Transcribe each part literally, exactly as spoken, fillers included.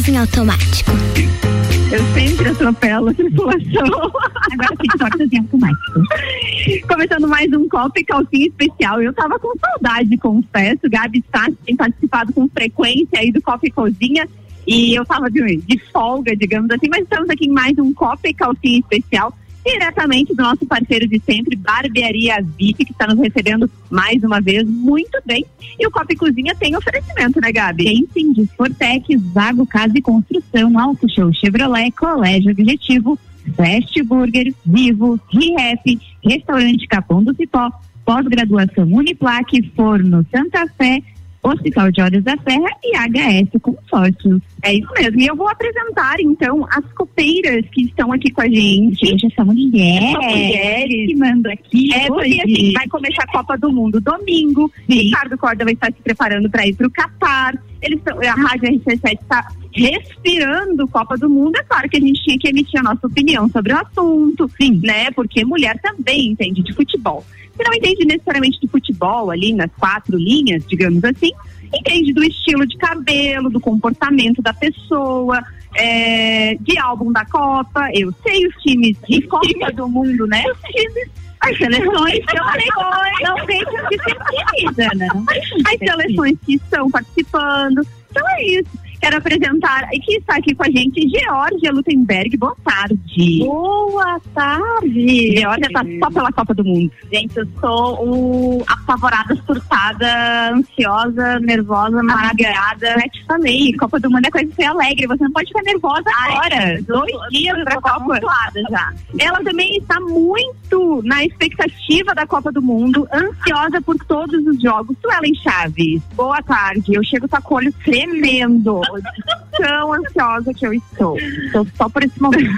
em automático. Eu sempre atropelo a tripulação. Agora sim, toca em automático. Começando mais um Copa e Calcinha especial. Eu tava com saudade, confesso. Gabi Sá tem participado com frequência aí do Copa e Cozinha. E eu tava de, de folga, digamos assim. Mas estamos aqui em mais um Copa e Calcinha especial. Diretamente do nosso parceiro de sempre, Barbearia V I P, que está nos recebendo mais uma vez muito bem. E o Copa e Cozinha tem oferecimento, né, Gabi? Tem sim, de Fortec, Zago Casa e Construção, Auto Show Chevrolet, Colégio Objetivo, Fast Burger, Vivo, ReHap, Restaurante Capão do Cipó, Pós-Graduação Uniplac, Forno Santa Fé, Hospital de Olhos da Serra e H S Consórcios. É isso mesmo. E eu vou apresentar, então, as copeiras que estão aqui com a gente. Gente, essa mulher. São mulheres. Que manda aqui. É, porque assim, vai começar a Copa do Mundo domingo. Sim. Ricardo Corda vai estar se preparando para ir para o Catar. Eles tão, a Rádio R C sete está respirando Copa do Mundo. É claro que a gente tinha que emitir a nossa opinião sobre o assunto. Sim. Né? Porque mulher também entende de futebol. Se não entende necessariamente de futebol ali nas quatro linhas, digamos assim, entende do estilo de cabelo, do comportamento da pessoa, é, de álbum da Copa. Eu sei os times de Copa do Mundo, né? Os times, as seleções, não, não deixam de ser times, Ana. As seleções que estão participando. Então é isso. Quero apresentar, e que está aqui com a gente, Georgia Lutemberg. Boa tarde. Boa tarde. Georgia está só pela Copa do Mundo. Gente, eu sou o apavorada, surtada, ansiosa, nervosa, maravilhada. Já te falei, Copa do Mundo é coisa de ser alegre. Você não pode ficar nervosa agora. Ai, Dois tô, dias para a Copa. Já. Ela também está muito na expectativa da Copa do Mundo, ansiosa por todos os jogos. Suelen Chaves, boa tarde. Eu chego com o olho tremendo. Tão ansiosa que eu estou. Estou só por esse momento.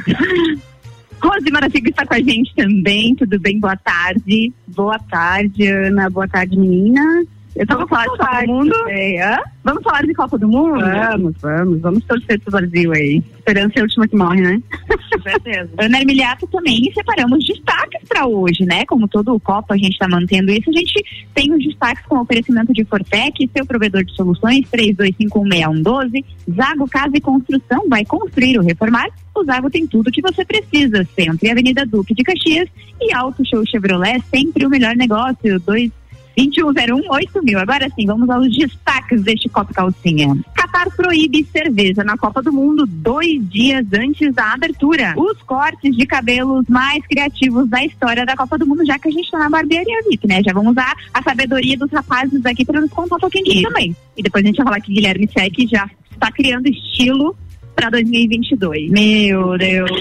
Rose Marafigo está com a gente também. Tudo bem? Boa tarde. Boa tarde, Ana. Boa tarde, meninas. Eu Vamos falar de Copa do Mundo? É. Vamos falar de Copa do Mundo? Vamos, vamos. Vamos torcer pro Brasil aí. Esperança é a última que morre, né? Com certeza. Ana Armiliato, também separamos destaques para hoje, né? Como todo o Copa a gente está mantendo isso, a gente tem os destaques com oferecimento de Fortec, seu provedor de soluções, três dois cinco um seis um um dois. Zago Casa e Construção, vai construir ou reformar? O Zago tem tudo que você precisa, sempre Avenida Duque de Caxias e Auto Show Chevrolet, sempre o melhor negócio, dois vinte e um zero um oito mil. Agora sim, vamos aos destaques deste Copa Calcinha. Qatar proíbe cerveja na Copa do Mundo dois dias antes da abertura. Os cortes de cabelos mais criativos da história da Copa do Mundo, já que a gente está na barbearia V I P, né? Já vamos usar a sabedoria dos rapazes aqui para nos contar um pouquinho disso também. E depois a gente vai falar que Guilherme Sec já está criando estilo para dois mil e vinte e dois. Meu Deus!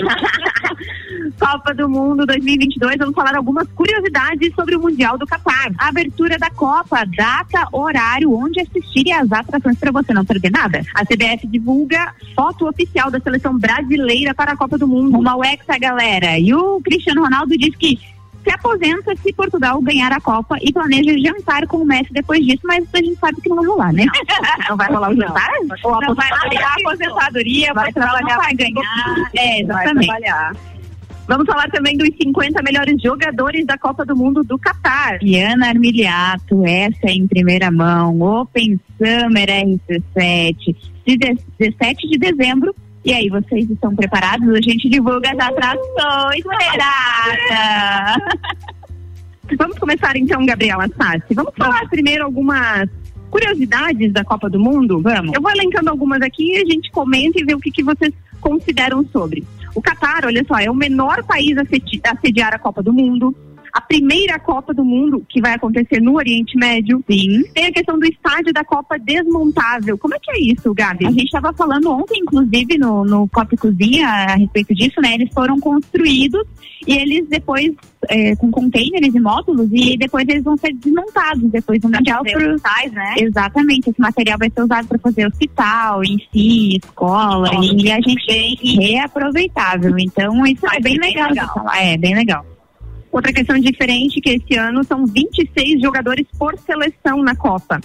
Copa do Mundo dois mil e vinte e dois, vamos falar algumas curiosidades sobre o Mundial do Catar. A abertura da Copa, data, horário, onde assistir e as atrações para você não perder nada. A C B F divulga foto oficial da seleção brasileira para a Copa do Mundo. Uma U X, a galera. E o Cristiano Ronaldo diz que se aposenta se Portugal ganhar a Copa e planeja jantar com o Messi depois disso, mas a gente sabe que não vai rolar, né? Não, não vai rolar o jantar? Ou a, não vai a aposentadoria, vai, vai trabalhar, vai ganhar. É, exatamente. Vai trabalhar. Vamos falar também dos cinquenta melhores jogadores da Copa do Mundo do Catar. Ana Armiliato, essa é em primeira mão. Open Summer R C sete, dezessete de dezembro. E aí, vocês estão preparados? A gente divulga as atrações, mulherada! Vamos começar então, Gabriela Sassi. Vamos falar primeiro algumas curiosidades da Copa do Mundo? Vamos. Eu vou elencando algumas aqui e a gente comenta e vê o que, que vocês consideram sobre. O Catar, olha só, é o menor país a sediar a Copa do Mundo. A primeira Copa do Mundo que vai acontecer no Oriente Médio. Sim. Tem a questão do estádio da Copa desmontável. Como é que é isso, Gabi? A gente estava falando ontem, inclusive, no, no Copa e Cozinha, a respeito disso, né? Eles foram construídos e eles depois, é, com containers e módulos, e depois eles vão ser desmontados depois do Mundial. Pro... hospitais, né? Exatamente. Esse material vai ser usado para fazer hospital, em si, escola, oh, e a gente tem reaproveitável. Então, isso é bem legal. legal. É, bem legal. Outra questão diferente que esse ano são vinte e seis jogadores por seleção na Copa.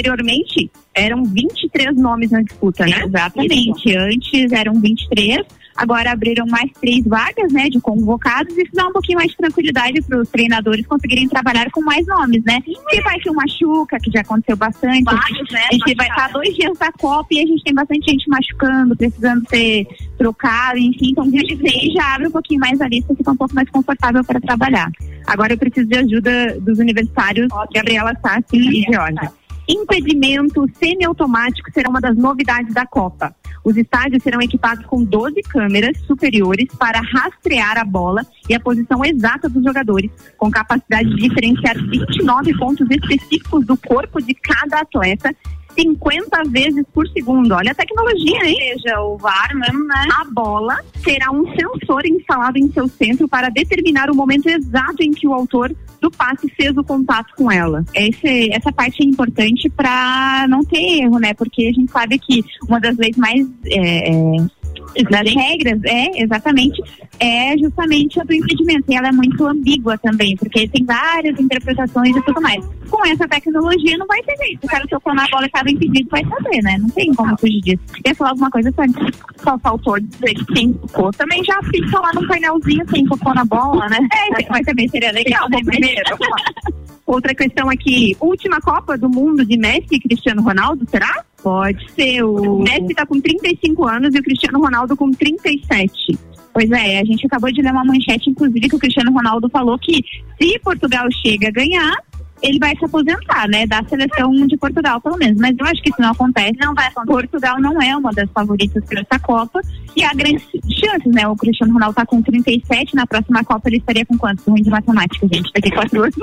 Anteriormente, eram vinte e três nomes na disputa, né? Exatamente. Isso. Antes eram vinte e três, agora abriram mais três vagas, né, de convocados, e isso dá um pouquinho mais de tranquilidade para os treinadores conseguirem trabalhar com mais nomes, né? Porque vai que o machuca, que já aconteceu bastante. Vários, né? A gente vai estar dois dias da Copa e a gente tem bastante gente machucando, precisando ser trocado, enfim, então aí já abre um pouquinho mais a lista, fica um pouco mais confortável para trabalhar. Agora eu preciso de ajuda dos universitários, Gabriela Sassi e Georgia. Impedimento semiautomático será uma das novidades da Copa. Os estádios serão equipados com doze câmeras superiores para rastrear a bola e a posição exata dos jogadores, com capacidade de diferenciar vinte e nove pontos específicos do corpo de cada atleta, cinquenta vezes por segundo. Olha a tecnologia, hein? Ou seja, o V A R mesmo, né? A bola terá um sensor instalado em seu centro para determinar o momento exato em que o autor do passe fez o contato com ela. Esse, essa parte é importante para não ter erro, né? Porque a gente sabe que uma das leis mais é, das regras é exatamente é justamente a do impedimento, e ela é muito ambígua também, porque tem várias interpretações e tudo mais. Com essa tecnologia não vai ter jeito, o cara tocou na bola e estava impedido, vai saber, né? Não tem como fugir disso. Quer falar alguma coisa, Sônia? Só faltou dizer que quem tocou também já fica lá no painelzinho quem tocou na bola, né? É, mas também seria legal, né? Primeiro. Outra questão aqui, última Copa do Mundo de Messi e Cristiano Ronaldo, será? Pode ser. O Messi tá com trinta e cinco anos e o Cristiano Ronaldo com trinta e sete. Pois é, a gente acabou de ler uma manchete, inclusive, que o Cristiano Ronaldo falou que se Portugal chega a ganhar, ele vai se aposentar, né, da seleção de Portugal, pelo menos. Mas eu acho que isso não acontece. Não vai acontecer. Portugal não é uma das favoritas para essa Copa e há grandes chances, né? O Cristiano Ronaldo tá com trinta e sete, na próxima Copa ele estaria com quanto? Ruim de matemática, gente. Daqui quatro anos.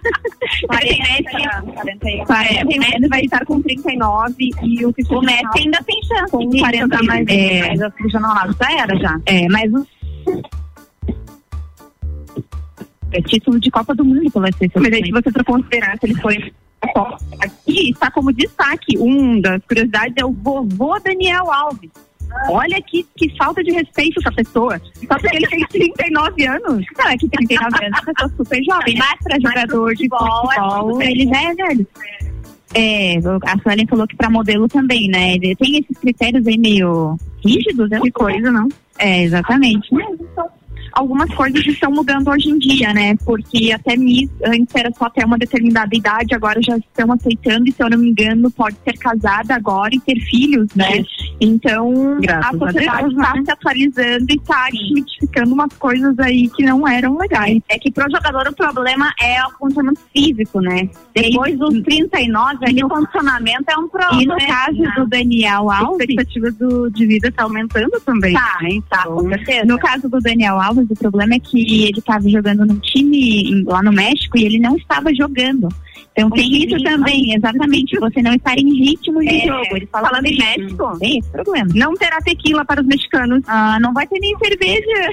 O Messi vai estar com trinta e nove e o Cristiano o Messi ainda tem chance. Com quarenta mais. É, mas o Cristiano Ronaldo já era, já. É, mas o é título de Copa do Mundo que vai ser. Mas aí, se você for considerar se ele foi aqui, está como destaque, um das curiosidades é o vovô Daniel Alves. Olha que, que falta de respeito com a pessoa. Só porque ele tem trinta e nove anos. Não, é que trinta e nove anos é uma pessoa super jovem. Mas para jogador de futebol, futebol é ele já é velho. É, a Suelen falou que para modelo também, né? Ele tem esses critérios aí meio rígidos, né? Que coisa, não? É, exatamente. Então, algumas coisas estão mudando hoje em dia, né? Porque até Miss, antes era só até uma determinada idade, agora já estão aceitando, e se eu não me engano, pode ser casada agora e ter filhos, né? Então, graças a sociedade está se atualizando e está identificando umas coisas aí que não eram legais. É que pro jogador o problema é o condicionamento físico, né? Depois dos trinta e nove, ali o condicionamento é um problema. E no caso do Daniel Alves, a expectativa do, de vida está aumentando também. Tá, hein? Tá, com certeza. No caso do Daniel Alves, o problema é que ele estava jogando num time lá no México e ele não estava jogando. Então tem isso também, exatamente, você não estar em ritmo de é, jogo. Ele fala falando em México, tem esse problema. Não terá tequila para os mexicanos. Ah, não vai ter nem cerveja.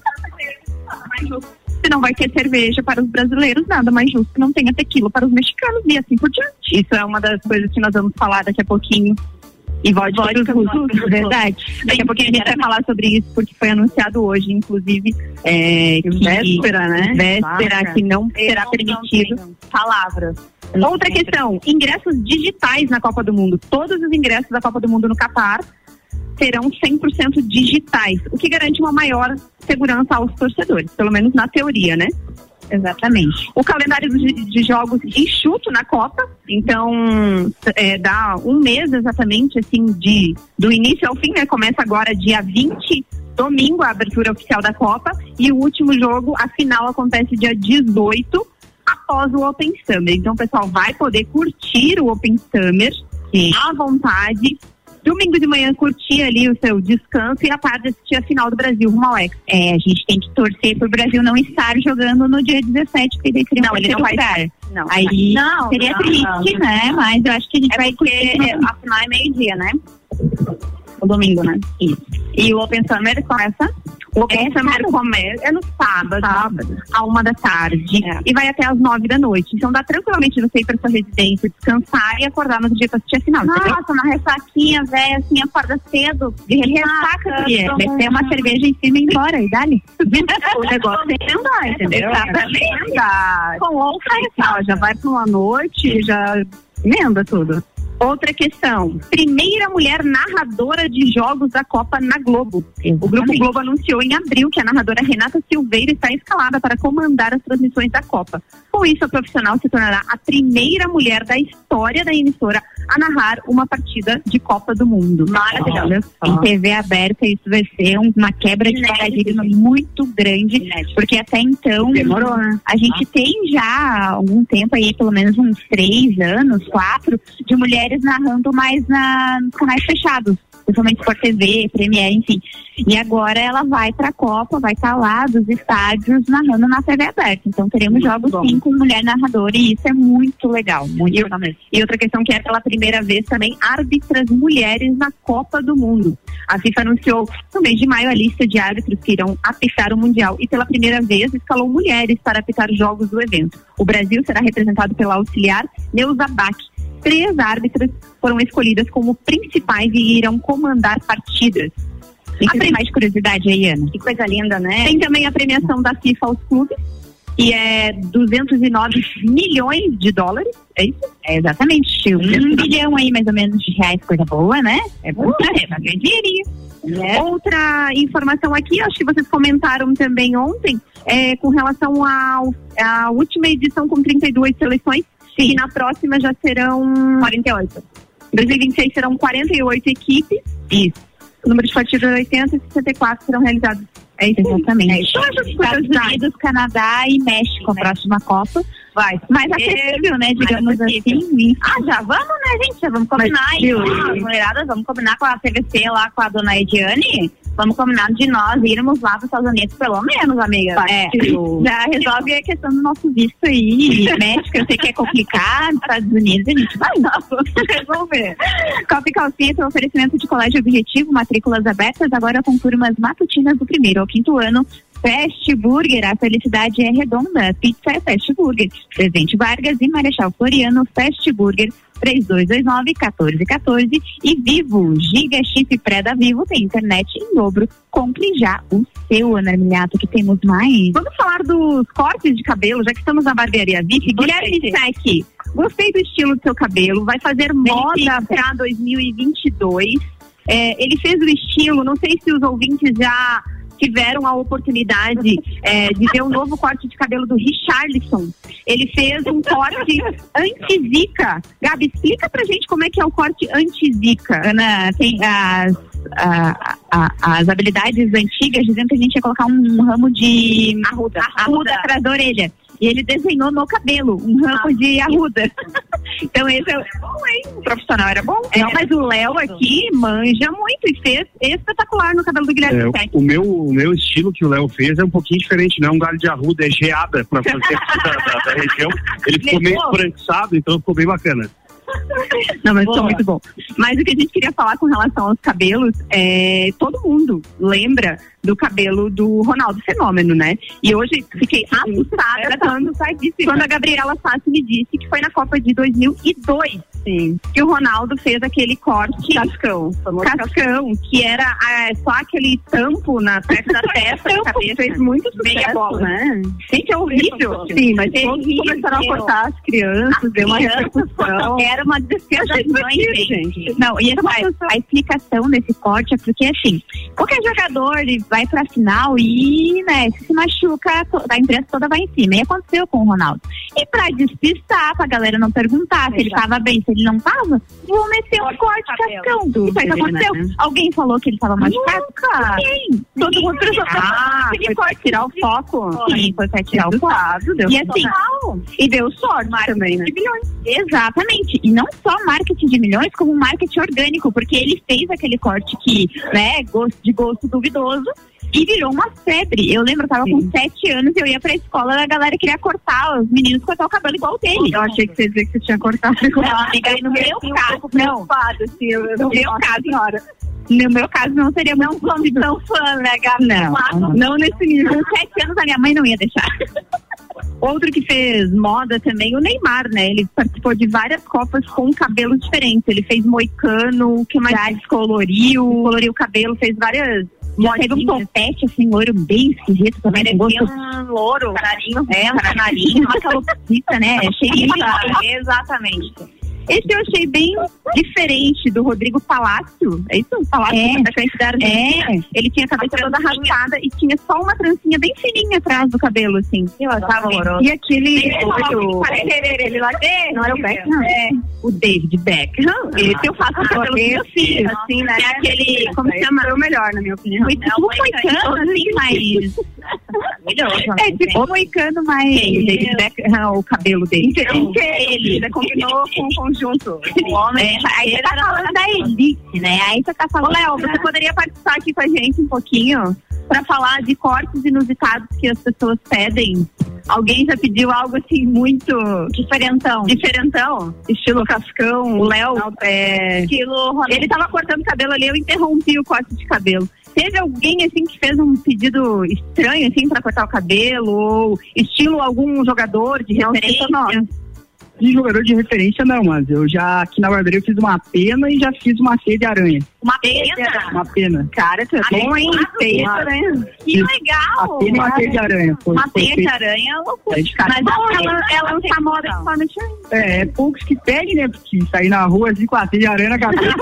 Se não vai ter cerveja para os brasileiros, nada mais justo que não tenha tequila para os mexicanos e assim por diante. Isso é uma das coisas que nós vamos falar daqui a pouquinho. E vodka russos, verdade. Daqui a pouquinho a gente vai falar sobre isso, porque foi anunciado hoje, inclusive, é, que véspera, né? Véspera, que não será permitido. Palavras. Outra questão, ingressos digitais na Copa do Mundo. Todos os ingressos da Copa do Mundo no Catar serão cem por cento digitais, o que garante uma maior segurança aos torcedores, pelo menos na teoria, né? Exatamente. O calendário de, de jogos enxuto na Copa, então é, dá um mês exatamente, assim, de, do início ao fim, né? Começa agora dia vinte, domingo, a abertura oficial da Copa, e o último jogo, a final, acontece dia dezoito, após o Open Summer. Então o pessoal vai poder curtir o Open Summer Sim. à vontade. Domingo de manhã curtir ali o seu descanso e à tarde assistir a final do Brasil rumo ao Hexa. É, a gente tem que torcer pro Brasil não estar jogando no dia dezessete, porque daí seria não, ele não vai estar. Não, aí não, seria não, triste, não. né? Mas eu acho que a gente é vai porque curtir. A final é meio-dia, né? O domingo, né? Isso. E o Open Summer começa? O Open Summer começa é no sábado, sábado, a uma da tarde, é. e vai até às nove da noite. Então dá tranquilamente você ir para sua residência, descansar e acordar no outro dia para assistir a final. Nossa, entendeu? Uma ressaquinha, velho, assim, acorda cedo. De ressaca, que é. Deve ter uma cerveja em cima e embora, e dali. O negócio tem que andar, entendeu? Exatamente. Andar. Com outra, já vai para uma noite, já emenda tudo. Outra questão, primeira mulher narradora de jogos da Copa na Globo. Exatamente. O Grupo Globo anunciou em abril que a narradora Renata Silveira está escalada para comandar as transmissões da Copa. Com isso, a profissional se tornará a primeira mulher da história da emissora a narrar uma partida de Copa do Mundo. Maravilhoso. Em T V aberta, isso vai ser uma quebra de paradigma muito grande, Inédito. Porque até então demorou, né? A gente ah. tem já há algum tempo aí, pelo menos uns três anos, quatro, de mulheres narrando mais na, nos canais fechados, principalmente Sport T V, Premiere, enfim. E agora ela vai para a Copa, vai estar tá lá dos estádios narrando na T V aberta. Então teremos muito jogos bom. sim com mulher narradora e isso é muito legal, muito e, legal mesmo. E outra questão que é pela primeira vez também árbitras mulheres na Copa do Mundo. A FIFA anunciou no mês de maio a lista de árbitros que irão apitar o Mundial e pela primeira vez escalou mulheres para apitar jogos do evento. O Brasil será representado pela auxiliar Neuza Bach. Três árbitras foram escolhidas como principais e irão comandar partidas. Tem que ter mais curiosidade aí, Ana. Que coisa linda, né? Tem também a premiação da FIFA aos clubes, que é duzentos e nove milhões de dólares, é isso? É exatamente, um é. bilhão aí mais ou menos de reais, coisa boa, né? É bom, uh, é bastante dinheirinho. É. Outra informação aqui, acho que vocês comentaram também ontem, é com relação ao, à última edição com trinta e duas seleções, Sim. e na próxima já serão quarenta e oito. Em dois mil e vinte e seis serão quarenta e oito equipes. Isso. O número de partidas oitenta e sessenta e quatro serão realizados. É isso, exatamente. É isso. Estados Unidos, Canadá e México, a próxima Copa. Vai. Mais acessível, né? Digamos assim. Ah, já vamos, né, gente? Já vamos combinar. Mas, hein? Ah, mulheradas, vamos combinar com a C V C lá, com a dona Ediane. Vamos combinar de nós irmos lá para os Estados Unidos, pelo menos, amiga. É, já resolve a questão do nosso visto aí. México, eu sei que é complicado. Estados Unidos, a gente vai lá resolver. Copa e Calcinha tem oferecimento de colégio objetivo, matrículas abertas, agora com turmas matutinas do primeiro ao quinto ano. Fast Burger, a felicidade é redonda. Pizza é Fast Burger. Presidente Vargas e Marechal Floriano, Fast Burger, três dois dois nove, um quatro um quatro. E Vivo, Giga Chip Pré da Vivo, tem internet em dobro. Compre já o seu, Ana Armiliato, que temos mais. Vamos falar dos cortes de cabelo, já que estamos na barbearia V I P. Guilherme Sec, gostei do estilo do seu cabelo, vai fazer moda para dois mil e vinte e dois. É, ele fez o estilo, não sei se os ouvintes já tiveram a oportunidade é, de ver o novo corte de cabelo do Richarlison. Ele fez um corte anti-zica. Gabi, explica pra gente como é que é o corte anti-zica. Ana, tem as, a, a, as habilidades antigas dizendo que a gente ia colocar um, um ramo de arruda, arruda atrás da orelha. E ele desenhou no cabelo um ramo ah, de arruda. Então esse é bom, hein? O profissional era bom. É, mas o Léo aqui manja muito e fez espetacular no cabelo do Guilherme é, Sec. O meu, o meu estilo que o Léo fez é um pouquinho diferente, não é um galho de arruda, é geada pra fazer da, da, da região. Ele ficou meio esbranquiçado, então ficou bem bacana. Não, mas ficou muito bom. Mas o que a gente queria falar com relação aos cabelos, é, todo mundo lembra do cabelo do Ronaldo Fenômeno, né? E hoje fiquei assustada quando, quando a Gabriela Sassi me disse que foi na Copa de dois mil e dois. Sim. Que o Ronaldo fez aquele corte cascão, cascão, que era é, só aquele tampo na perto da testa, da cabeça, fez muito sucesso, bola, né? Gente, é horrível. Sim, mas todos começaram a cortar as crianças, deu uma repercussão. Era uma defesa de milhões, gente. Não, e a, a explicação desse corte é porque, assim, qualquer jogador vai pra final e, né, se machuca, a imprensa toda vai em cima. E aconteceu com o Ronaldo. E pra despistar, pra galera não perguntar se ele tava bem, se ele não tava, vou meter um corte cascão. E foi o que aconteceu. Né? Alguém falou que ele tava machucado? Nunca. Sim. Todo mundo precisou ah, aquele corte, tirar o foco. Sim, foi pra tirar o foco. Deu e assim, e deu sorte também, né? De milhões. Exatamente. E não só marketing de milhões, como marketing orgânico, porque ele fez aquele corte que, né, gosto, de gosto duvidoso, e virou uma febre. Eu lembro, eu tava Sim. com sete anos e eu ia pra escola e a galera queria cortar, os meninos cortar o cabelo igual dele. Eu achei que você dizia que você tinha cortado. Não, amiga, no meu caso, não. Assim, eu, no meu caso, senhora. No meu caso, não seria não como tão fã, né, Gabi? Não, não, não nesse nível. Com sete anos, a minha mãe não ia deixar. Outro que fez moda também, o Neymar, né? Ele participou de várias copas com cabelos diferentes. Ele fez moicano, o que mais descoloriu, coloriu o cabelo, fez várias... Já teve um topete, assim, loiro bem esquisito também. Ele gosto... um louro, canarinho. É, um canarinho, uma calopsita, né? Cheio de... Exatamente. Esse eu achei bem diferente do Rodrigo Palácio. É isso? O Palácio é, da frente da Argentina. É. Ele tinha a cabeça toda raspada e tinha só uma trancinha bem fininha atrás do cabelo, assim. Eu achava horroroso. E aquele... Ele lá dentro. Não era o Beckham? É. O David Beckham. Ah, esse eu faço o cabelo bem assim, assim, né? É aquele... Como se chama? Foi o melhor, na minha opinião. Foi tipo moicano, assim, mas... É tipo moicano, mas... O David Beckham, o cabelo dele. Ele, ele combinou com o conjunto. O homem. É, aí você tá falando da elite, né? Aí você tá falando. Ô, Léo, você poderia participar aqui com a gente um pouquinho pra falar de cortes inusitados que as pessoas pedem? Alguém já pediu algo assim muito diferentão? Diferentão? Estilo Cascão, o Léo. É... Estilo. Ele tava cortando cabelo ali, eu interrompi o corte de cabelo. Teve alguém, assim, que fez um pedido estranho, assim, pra cortar o cabelo? Ou estilo algum jogador de referência? De jogador de referência, não, mas eu já, aqui na barbearia, eu fiz uma pena e já fiz uma teia de aranha. Uma pena? Uma pena. Cara, tu é bom, hein? Teia de aranha. Que legal! Uma pena e uma teia de aranha. Foi, uma teia de aranha, loucura. Mas bom, ela, ela não tá moda principalmente ainda. É, é poucos que pedem, né? Porque sair na rua assim com a teia de aranha na cabeça.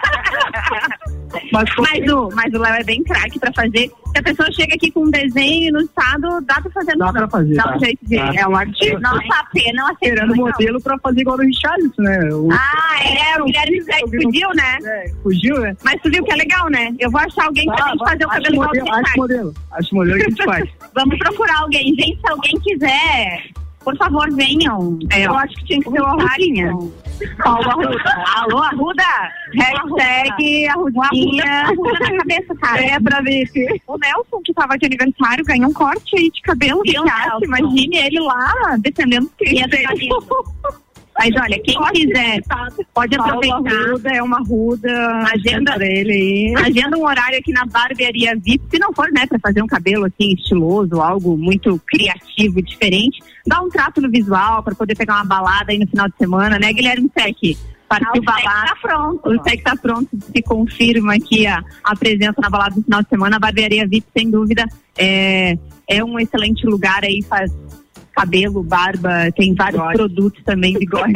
Mas, mas, o, mas o Léo é bem craque pra fazer. Se a pessoa chega aqui com um desenho no estado, dá pra fazer. Dá pra fazer. Dá tá. um jeito de. Tá. É um artista. Nossa, a pena, não esperando o modelo pra fazer igual o Richarlison, né? O... Ah, é, o Guilherme Zé fugiu, né? É, fugiu, né? Mas tu viu que é legal, né? Eu vou achar alguém pra ah, gente fazer o cabelo igual do Acho modelo, acho modelo que a gente faz. Vamos procurar alguém. Gente, se alguém quiser, por favor, venham. É, eu acho que tinha que ser o Arrudinha. Paulo Arruda. Alô, Arruda? Hashtag Arrudinha. Arruda na cabeça, cara. É pra ver que o Nelson, que tava de aniversário, ganhou um corte aí de cabelo. Imagine ele lá defendendo que ia ter. Mas olha, quem quiser pode aproveitar. Arruda é uma ruda. Agenda ele. Agenda um horário aqui na barbearia V I P. Se não for, né, pra fazer um cabelo assim estiloso, algo muito criativo, diferente, dá um trato no visual pra poder pegar uma balada aí no final de semana, né, Guilherme Sec? Partiu balada. Tá pronto. O Sec tá pronto. Se confirma aqui a, a presença na balada no final de semana. A barbearia V I P, sem dúvida, é, é um excelente lugar aí, faz cabelo, barba, tem vários bigode. Produtos também, bigode.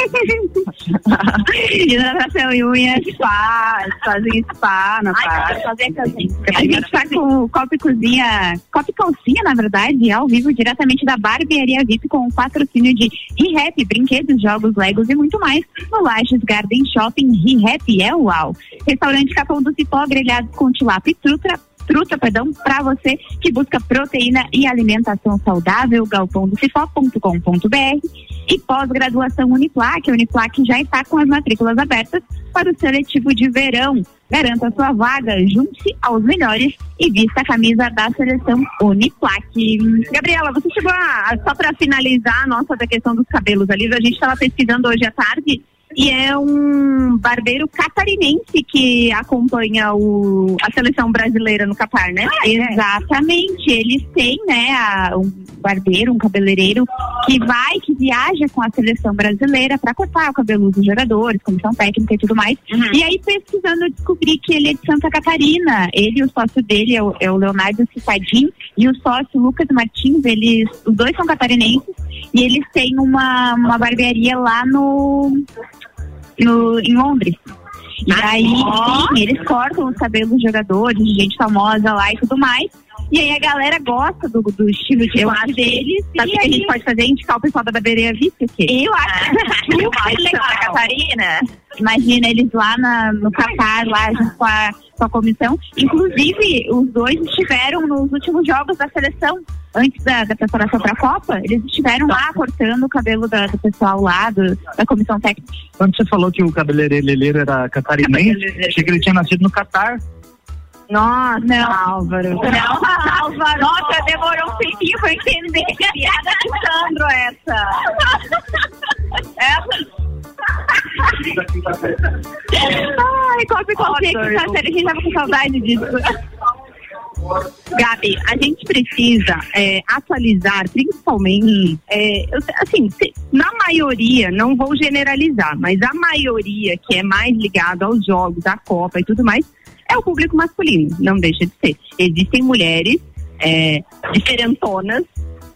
Hidratação e unha, spa, fazem spa na parte. A gente tá com o Copa e Cozinha, Copa e Calcinha, na verdade, ao vivo, diretamente da barbearia V I P, com o patrocínio de ReHap, brinquedos, jogos, legos e muito mais, no Lages Garden Shopping. ReHap é uau. Restaurante Capão do Cipó, grelhados com tilápia e truta, Truta, perdão, para você que busca proteína e alimentação saudável, galpão do cipó ponto com ponto b r. E pós-graduação Uniplac, a Uniplac já está com as matrículas abertas para o seletivo de verão. Garanta sua vaga, junte-se aos melhores e vista a camisa da seleção Uniplac. Gabriela, você chegou a, só para finalizar a nossa da questão dos cabelos ali, a gente estava pesquisando hoje à tarde. E é um barbeiro catarinense que acompanha o, a seleção brasileira no Catar, né? Ah, é. Exatamente. Eles têm, né, a, um barbeiro, um cabeleireiro que vai, que viaja com a seleção brasileira para cortar o cabelo dos jogadores, comissão técnica e tudo mais. Uhum. E aí, pesquisando, eu descobri que ele é de Santa Catarina. Ele e o sócio dele é o, é o Leonardo Cicadin e o sócio Lucas Martins. Eles, os dois são catarinenses e eles têm uma, uma barbearia lá no... No, em Londres. E aí, sim, eles cortam os cabelos dos jogadores, de gente famosa lá e tudo mais. E aí a galera gosta do, do estilo de corte deles. Sabe o que a gente pode fazer? Indicar o pessoal da barbearia V I P? Eu acho que mais legal da Catarina. Imagina eles lá na, no Catar, lá junto com a, com a comissão. Inclusive, os dois estiveram nos últimos jogos da seleção. Antes da, da preparação para a Copa, eles estiveram lá cortando o cabelo da, do pessoal lá, do, da comissão técnica. Quando você falou que o cabeleireiro era catarinense, achei que ele tinha nascido no Catar. Nossa, não, Álvaro. Não, Álvaro. Nossa, demorou um tempinho pra entender. Que piada de Sandro essa. Essa. Ai, Copa e Calcinha, a gente tava com saudade disso. Gabi, a gente precisa é, atualizar, principalmente, é, eu, assim, se, na maioria, não vou generalizar, mas a maioria que é mais ligada aos jogos, à Copa e tudo mais, é o público masculino, não deixa de ser. Existem mulheres é, diferentonas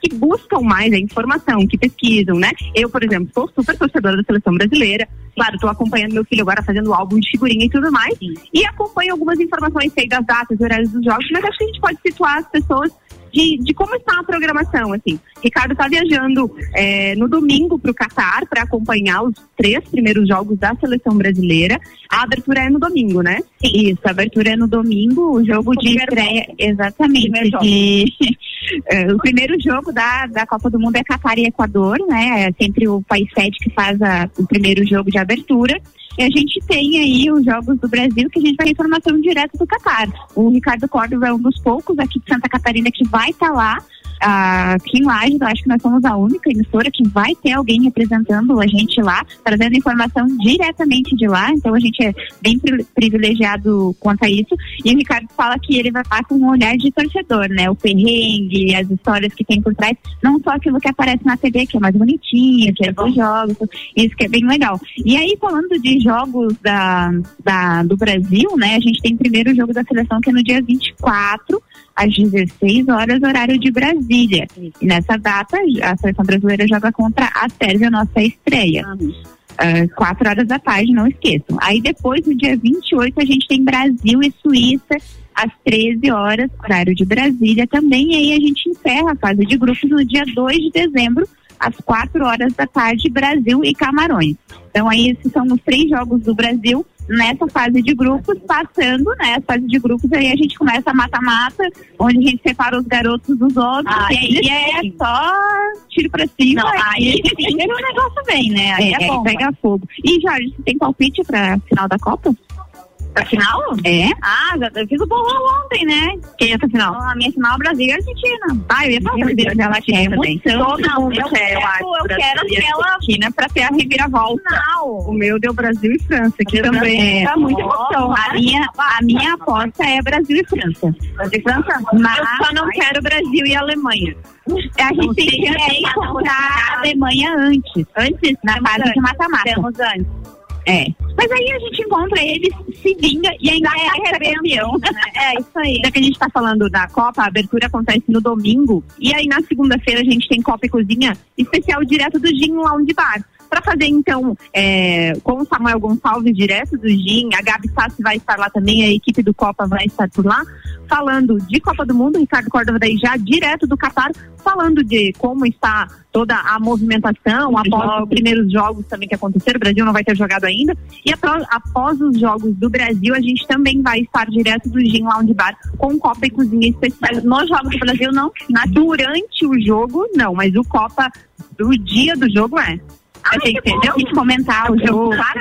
que buscam mais a informação, que pesquisam, né? Eu, por exemplo, sou super torcedora da seleção brasileira. Claro, estou acompanhando meu filho agora fazendo álbum de figurinha e tudo mais. Sim. E acompanho algumas informações aí das datas e horários dos jogos, mas acho que a gente pode situar as pessoas de, de como está a programação, assim. Ricardo está viajando é, no domingo para o Catar para acompanhar os três primeiros jogos da seleção brasileira. A abertura é no domingo, né? Sim. Isso, a abertura é no domingo, o jogo o de estreia, exatamente. De, uh, o primeiro jogo da, da Copa do Mundo é Catar e Equador, né? É sempre o país sede que faz a, o primeiro jogo de abertura. E a gente tem aí os jogos do Brasil que a gente vai ter informação direto do Catar. O Ricardo Córdova é um dos poucos aqui de Santa Catarina que vai estar tá lá. Uh, aqui em Lages, eu acho que nós somos a única emissora que vai ter alguém representando a gente lá, trazendo informação diretamente de lá, então a gente é bem privilegiado quanto a isso. E o Ricardo fala que ele vai estar com um olhar de torcedor, né? O perrengue, as histórias que tem por trás, não só aquilo que aparece na T V, que é mais bonitinho, que é dos jogos, isso que é bem legal. E aí, falando de jogos da, da, do Brasil, né? A gente tem o primeiro jogo da seleção que é no dia vinte e quatro, às dezesseis horas, horário de Brasília. E nessa data, a seleção brasileira joga contra a Sérvia, nossa estreia. Uhum. Uh, quatro horas da tarde, não esqueçam. Aí depois, no dia vinte e oito, a gente tem Brasil e Suíça, às treze horas, horário de Brasília também. E aí a gente encerra a fase de grupos no dia dois de dezembro, às quatro horas da tarde, Brasil e Camarões. Então aí esses são os três jogos do Brasil nessa fase de grupos, passando, né, a fase de grupos, aí a gente começa a mata-mata, onde a gente separa os garotos dos outros, ah, e aí é só tiro pra cima. Não, aí sim o negócio vem, né, aí é, é bom, pega fogo. E Jorge, você tem palpite pra final da Copa? Pra final? É. Ah, já, eu fiz o bolão ontem, né? Quem é essa final? A minha final é Brasil e Argentina. Ah, eu ia falar Brasil e Argentina também. Todo mundo eu quer, eu acho. Eu quero aquela Argentina pra ter a reviravolta. Não. O meu deu Brasil e França, que também é. Tá muito emoção. A minha, a minha aposta é Brasil e França. Brasil e França? Mas eu só não quero Brasil e Alemanha. A gente tem que encontrar a Alemanha antes. Antes, na fase de mata-mata. Temos antes. É. Mas aí a gente encontra eles, se vinga e ainda é campeão. Né? É isso aí. Já que a gente tá falando da Copa, a abertura acontece no domingo. E aí na segunda-feira a gente tem Copa e Cozinha especial direto do Gin Lounge Bar. Para fazer, então, é, com o Samuel Gonçalves, direto do Gin, a Gabi Sassi vai estar lá também, a equipe do Copa vai estar por lá, falando de Copa do Mundo, Ricardo Córdova daí já direto do Catar, falando de como está toda a movimentação, após os primeiros jogos também que aconteceram, o Brasil não vai ter jogado ainda, e após, após os jogos do Brasil, a gente também vai estar direto do Gin Lounge Bar com Copa e Cozinha especial. Nos jogos do Brasil, não, durante o jogo, não, mas o Copa do dia do jogo é. Ah, você entendeu? A gente comentar o jogo. Claro,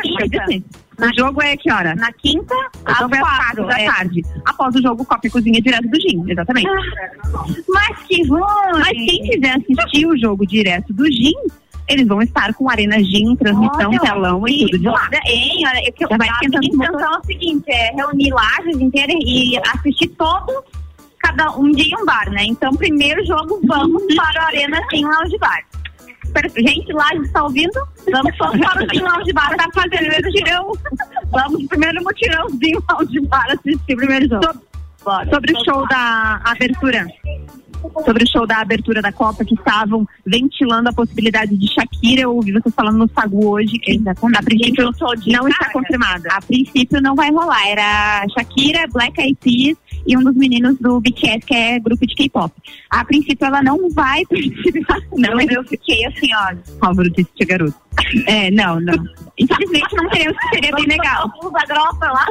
o jogo é que hora? Na quinta, às quatro, quatro da é. tarde. Após o jogo, Copa e Cozinha direto do Gin, exatamente. Ah, mas que ruim! Mas quem quiser assistir o jogo direto do Gin, eles vão estar com Arena Gin, transmissão, olha, telão e tudo de lá. Hein, olha, eu, vai a minha intenção é o seguinte, é reunir Lages inteira e assistir todos, cada um dia em um bar, né? Então, primeiro jogo, vamos para a Arena Gin Lounge Bar. Gente, lá está ouvindo? Vamos todos para o Gin Lounge Bar, tá fazendo o mutirão. Vamos primeiro no mutirãozinho Lounge Bar assistir o primeiro jogo. Sobre, sobre o show da abertura. Sobre o show da abertura da Copa, que estavam ventilando a possibilidade de Shakira. Eu ouvi vocês falando no Sagu hoje, que a princípio não está confirmada. A princípio não vai rolar. Era Shakira, Black Eyed Peas e um dos meninos do B T S, que é grupo de K-pop. A princípio ela não vai participar. Não, mas eu fiquei assim, ó. Álvaro disse que garoto. É, não, não. Infelizmente não teremos, que seria bem legal. Usa grossa lá.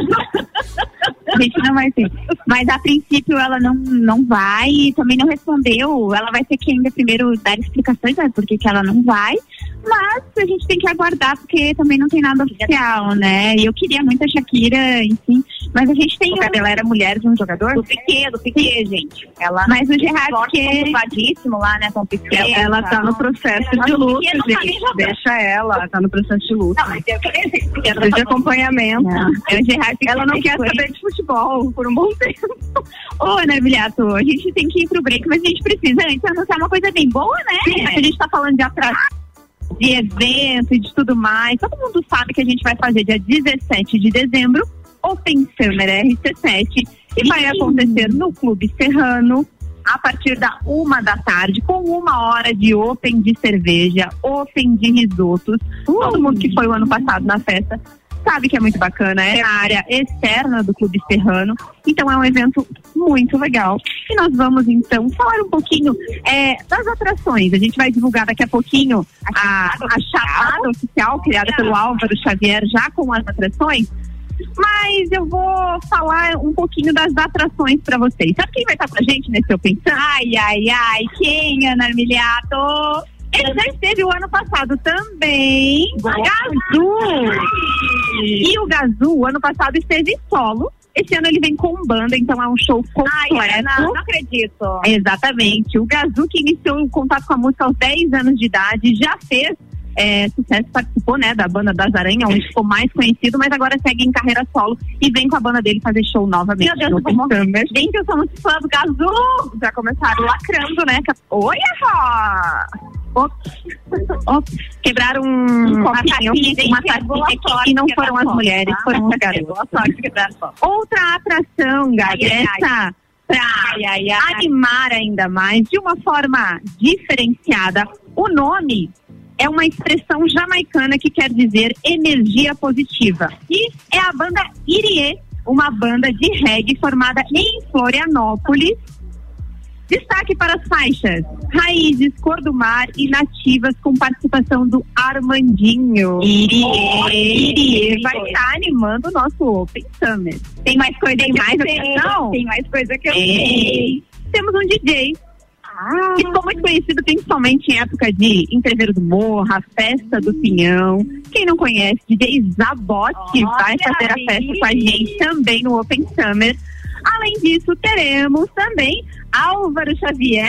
A gente não vai ter. Mas a princípio ela não, não vai e também não respondeu. Ela vai ter que ainda primeiro dar explicações, né, porque que ela não vai. Mas a gente tem que aguardar, porque também não tem nada oficial, né? E eu queria muito a Shakira, enfim. Mas a gente tem... O cabelo era mulher de um jogador? Do Piqué, do Piqué, gente. Ela... Mas o Gerard Piqué... Culpadíssimo lá, né, com o Piqué. Ela, ela tá no processo de luto, gente. Deixa ela, ela tá no processo de luto. Não, mas eu queria... De acompanhamento. Não. Eu, Gerard Piqué, ela não quer coisa. saber de futebol por um bom tempo. Ô, Ana Miliato, a gente tem que ir pro break, mas a gente precisa antes anunciar uma coisa bem boa, né? Sim, a gente tá falando de atraso, de evento e de tudo mais. Todo mundo sabe que a gente vai fazer dia dezessete de dezembro Open Summer R C sete, que vai acontecer no Clube Serrano. a partir da uma da tarde, com uma hora de open de cerveja, open de risotos. Uh, Todo mundo que foi o ano passado na festa sabe que é muito bacana, é na área externa do Clube Serrano, então é um evento muito legal. E nós vamos então falar um pouquinho é, das atrações. A gente vai divulgar daqui a pouquinho a, a chamada oficial criada pelo Álvaro Xavier, já com as atrações, mas eu vou falar um pouquinho das atrações para vocês. Sabe quem vai estar com a gente nesse Open Sun? Ai, ai, ai, quem, Ana Armiliato? Ele já esteve o ano passado também, Gazu. E o Gazu, o ano passado, esteve solo. Esse ano ele vem com banda, então é um show completo. Ai, não, não acredito. Exatamente. O Gazu, que iniciou o contato com a música aos dez anos de idade, já fez é, sucesso, participou, né, da banda das Aranha, onde ficou mais conhecido, mas agora segue em carreira solo e vem com a banda dele fazer show novamente. Meu Deus, eu vou morrer. Gente, eu sou muito fã do Gazu. Já começaram lacrando, né? Oi, avó! Ops, ops, quebraram um, uma tacinha, uma tacinha aqui, e não foram as mulheres, foram os garotos. Outra atração, Gai, essa pra animar ainda mais, de uma forma diferenciada. O nome é uma expressão jamaicana que quer dizer energia positiva. E é a banda Irie, uma banda de reggae formada em Florianópolis. Destaque para as faixas Raízes, Cor do Mar e Nativas, com participação do Armandinho. Irie, oh, Irie vai estar animando o nosso Open Summer. Tem mais coisa Tem mais atração? Tem mais coisa que eu sei. Temos um D J ah. que ficou muito conhecido principalmente em época de Entreveiro do Morra, Festa do Pinhão. Quem não conhece, D J Zabote oh, vai fazer a festa com a gente também no Open Summer. Além disso, teremos também Álvaro Xavier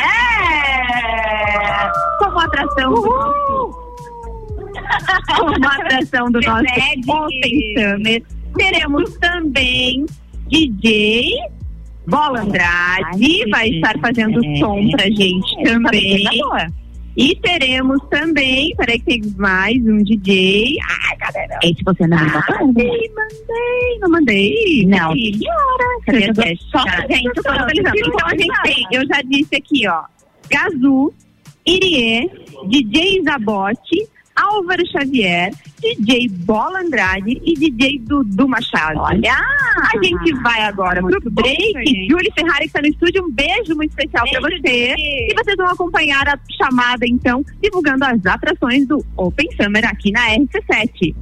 como atração do nosso, como atração do nosso Open Summer. Teremos também D J Bola Andrade, vai estar fazendo som pra gente também. E teremos também, peraí que tem mais um D J. Ai, cadê? Esse você não mandou? Ah, mandei, mandei, não mandei. Não. Que hora? Cadê? Só, gente, eu tô atualizando. Então a gente tem, eu já disse aqui, ó, Gazu, Irie, D J Zabote, Álvaro Xavier, D J Bola Andrade e D J Dudu Machado. Olha! A gente vai agora muito pro break. Júlia Ferrari, que está no estúdio, um beijo muito especial para você. E vocês vão acompanhar a chamada, então, divulgando as atrações do Open Summer aqui na R C sete.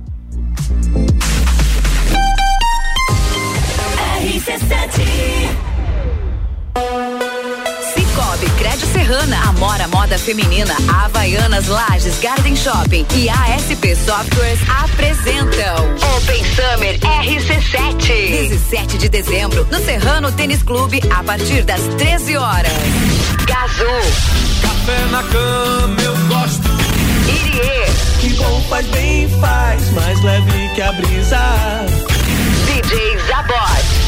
R C sete. Cicobi, Crédito Serrana, Amora Moda Feminina, Havaianas Lages Garden Shopping e A S P Softwares apresentam Open Summer R C sete. dezessete de dezembro, no Serrano Tênis Clube, a partir das treze horas. Gazu. Café na cama, eu gosto. Irie. Que bom faz bem, faz, mais leve que a brisa. D J Zabot.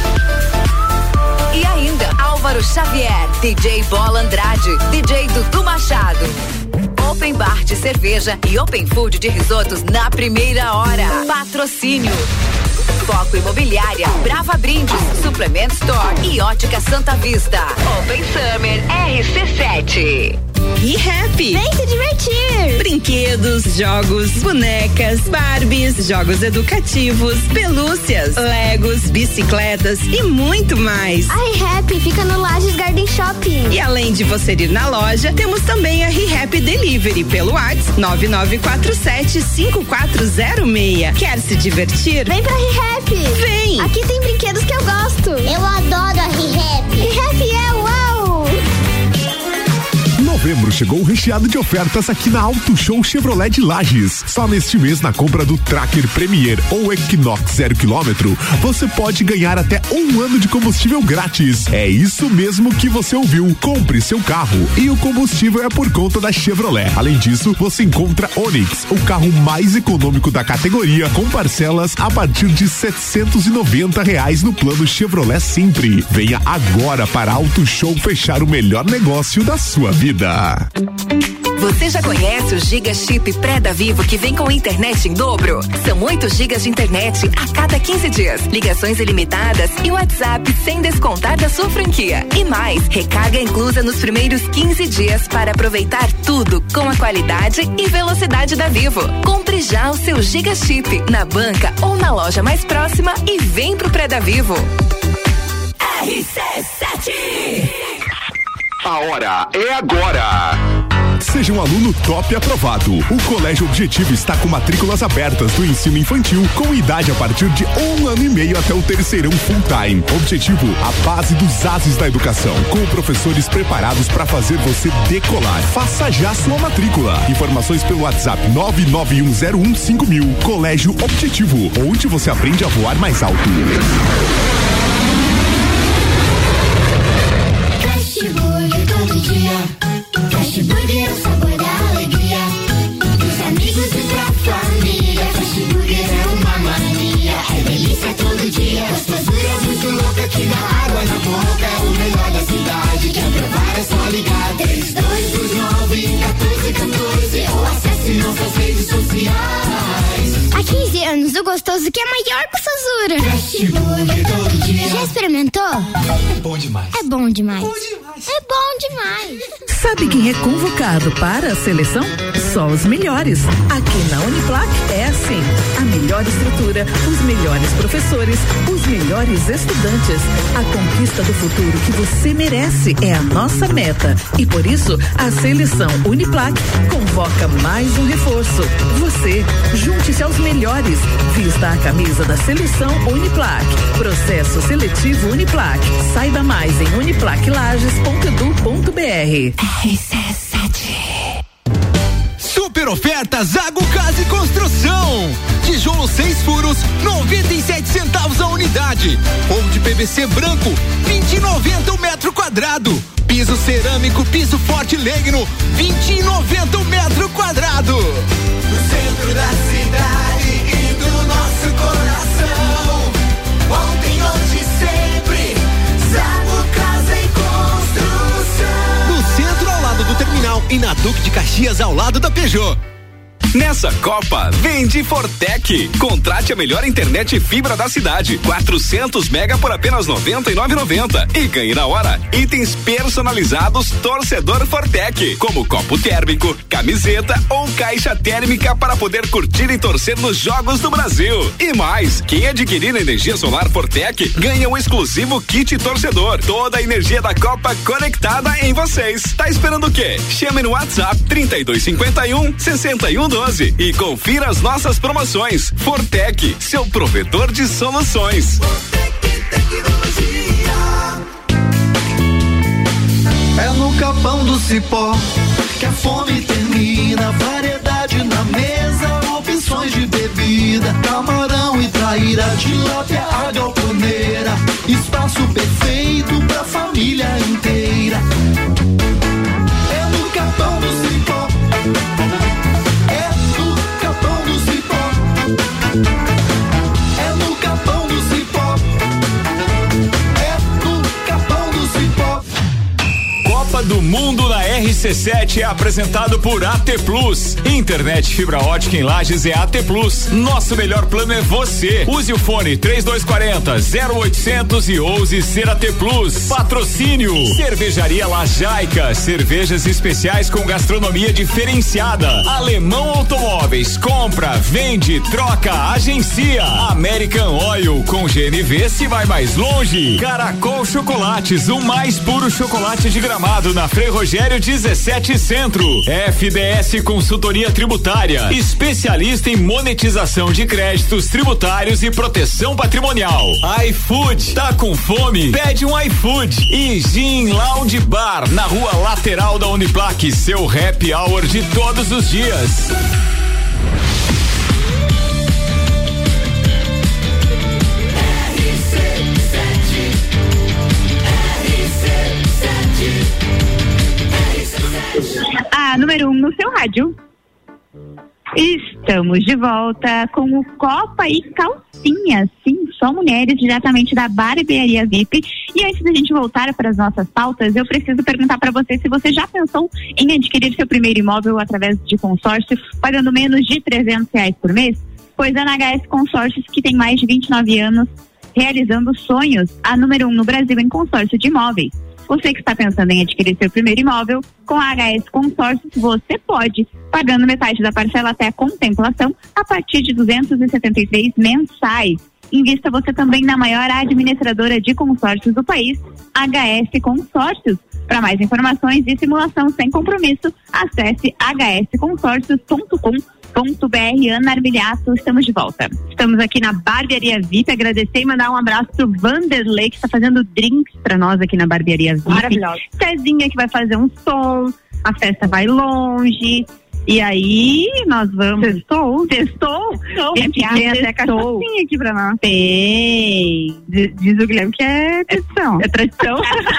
E ainda Álvaro Xavier, D J Bola Andrade, D J Dudu Machado. Open Bar de cerveja e Open Food de risotos na primeira hora. Patrocínio Foco Imobiliária, Brava Brindes, Suplement Store e Ótica Santa Vista. Open Summer R C sete. ReHap. Vem se divertir! Brinquedos, jogos, bonecas, Barbies, jogos educativos, pelúcias, Legos, bicicletas e muito mais. A ReHap fica no Lages Garden Shopping. E além de você ir na loja, temos também a ReHap Delivery pelo WhatsApp nove nove quatro sete cinco quatro zero seis. Quer se divertir? Vem pra ReHap. Vem! Aqui tem brinquedos que eu gosto. Eu adoro a ReHap. ReHap é uau! Novembro chegou recheado de ofertas aqui na Auto Show Chevrolet de Lages. Só neste mês, na compra do Tracker Premier ou Equinox zero quilômetro, você pode ganhar até um ano de combustível grátis. É isso mesmo que você ouviu. Compre seu carro e o combustível é por conta da Chevrolet. Além disso, você encontra Onix, o carro mais econômico da categoria, com parcelas a partir de setecentos e noventa reais no plano Chevrolet Sempre. Venha agora para a Auto Show fechar o melhor negócio da sua vida. Você já conhece o Giga Chip pré da Vivo que vem com internet em dobro? São oito gigas de internet a cada quinze dias, ligações ilimitadas e WhatsApp sem descontar da sua franquia. E mais, recarga inclusa nos primeiros quinze dias para aproveitar tudo com a qualidade e velocidade da Vivo. Compre já o seu Giga Chip na banca ou na loja mais próxima e vem pro pré da Vivo. R C sete. A hora é agora. Seja um aluno top aprovado. O Colégio Objetivo está com matrículas abertas do ensino infantil com idade a partir de um ano e meio até o terceirão full time. Objetivo, a base dos ases da educação, com professores preparados para fazer você decolar. Faça já sua matrícula. Informações pelo WhatsApp nove nove um zero um cinco mil. Colégio Objetivo, onde você aprende a voar mais alto. Todo dia, Fast Burger é o sabor da alegria. Dos amigos e pra família. Fast Burger é uma mania. É delícia todo dia. Gostosura muito louca que dá água na boca. É o melhor da cidade. Quer provar é só ligar. três dois dois nove, um quatro um quatro ou acesse nossas redes sociais. Há quinze anos, o gostoso que é maior que gostosura. Fast Burger todo dia. Já experimentou? É bom demais. É bom demais. Bom demais. É bom demais. Sabe quem é convocado para a seleção? Só os melhores. Aqui na Uniplac é assim. A melhor estrutura, os melhores professores, os melhores estudantes. A conquista do futuro que você merece é a nossa meta. E por isso, a seleção Uniplac convoca mais um reforço. Você, junte-se aos melhores. Vista a camisa da seleção Uniplac. Processo seletivo Uniplac. Saiba mais em uniplac lages ponto edu ponto br. R C sete. Super oferta Zago Casa e Construção. Tijolo seis furos, noventa e sete centavos a unidade. Forro de P V C branco, vinte e noventa o metro quadrado. Piso cerâmico, piso forte Legno, vinte e noventa o metro quadrado. No centro da cidade e do nosso coração. Ontem, hoje, sempre. Zago Casa e Construção. No centro, ao lado do terminal, e na Duque de Caxias, ao lado da Peugeot. Nessa Copa, vem de Fortec. Contrate a melhor internet fibra da cidade. quatrocentos mega por apenas noventa e nove reais e noventa centavos. E ganhe na hora itens personalizados Torcedor Fortec, como copo térmico, camiseta ou caixa térmica para poder curtir e torcer nos Jogos do Brasil. E mais, quem adquirir energia solar Fortec ganha um exclusivo kit torcedor. Toda a energia da Copa conectada em vocês. Tá esperando o quê? Chame no WhatsApp trinta e dois cinquenta e um, sessenta e um doze e confira as nossas promoções. Fortec, seu provedor de soluções. É no Capão do Cipó que a fome termina. Variedade na mesa, opções de bebida. Camarão e traíra, tilápia, a galponeira. Espaço perfeito pra família inteira. É no Capão do Cipó. É no Capão do Cipó. É no Capão do Cipó. Copa do Mundo na R C sete é apresentado por A T Plus. Internet fibra ótica em Lages é A T Plus. Nosso melhor plano é você. Use o fone três dois quatro zero, zero oitocentos e ouse ser A T Plus. Patrocínio Cervejaria Lajaica, cervejas especiais com gastronomia diferenciada. Alemão Automóveis, compra, vende, troca, agencia. American Oil, com G N V se vai mais longe. Caracol Chocolates, o mais puro chocolate de Gramado, na Frei Rogério dezessete Centro. F D S Consultoria Tributária, especialista em monetização de créditos tributários e proteção patrimonial. iFood, tá com fome? Pede um iFood. E Gin Lounge Bar, na rua lateral da Uniplac, seu happy hour de todos os dias. A número um no seu rádio. Estamos de volta com o Copa e Calçados. calcinha, sim, só mulheres, diretamente da Barbearia V I P. E antes da gente voltar para as nossas pautas, eu preciso perguntar para você se você já pensou em adquirir seu primeiro imóvel através de consórcio, pagando menos de trezentos reais por mês? Pois a H S Consórcios, que tem mais de vinte e nove anos realizando sonhos, a número um no Brasil em consórcio de imóveis. Você que está pensando em adquirir seu primeiro imóvel, com a H S Consórcios, você pode, pagando metade da parcela até a contemplação, a partir de duzentos e setenta e três mensais. Invista você também na maior administradora de consórcios do país, H S Consórcios. Para mais informações e simulação sem compromisso, acesse h s consórcios ponto com ponto b r. Ana Armiliato, estamos de volta. Estamos aqui na Barbearia V I P. Agradecer e mandar um abraço pro Vanderlei, que está fazendo drinks para nós aqui na Barbearia V I P. Maravilhoso. Cezinha que vai fazer um som, a festa vai longe. E aí, nós vamos. Testou? Testou? Tem até cachaçinha aqui pra nós. Tem. Diz, diz o Guilherme que é tradição. É, é tradição.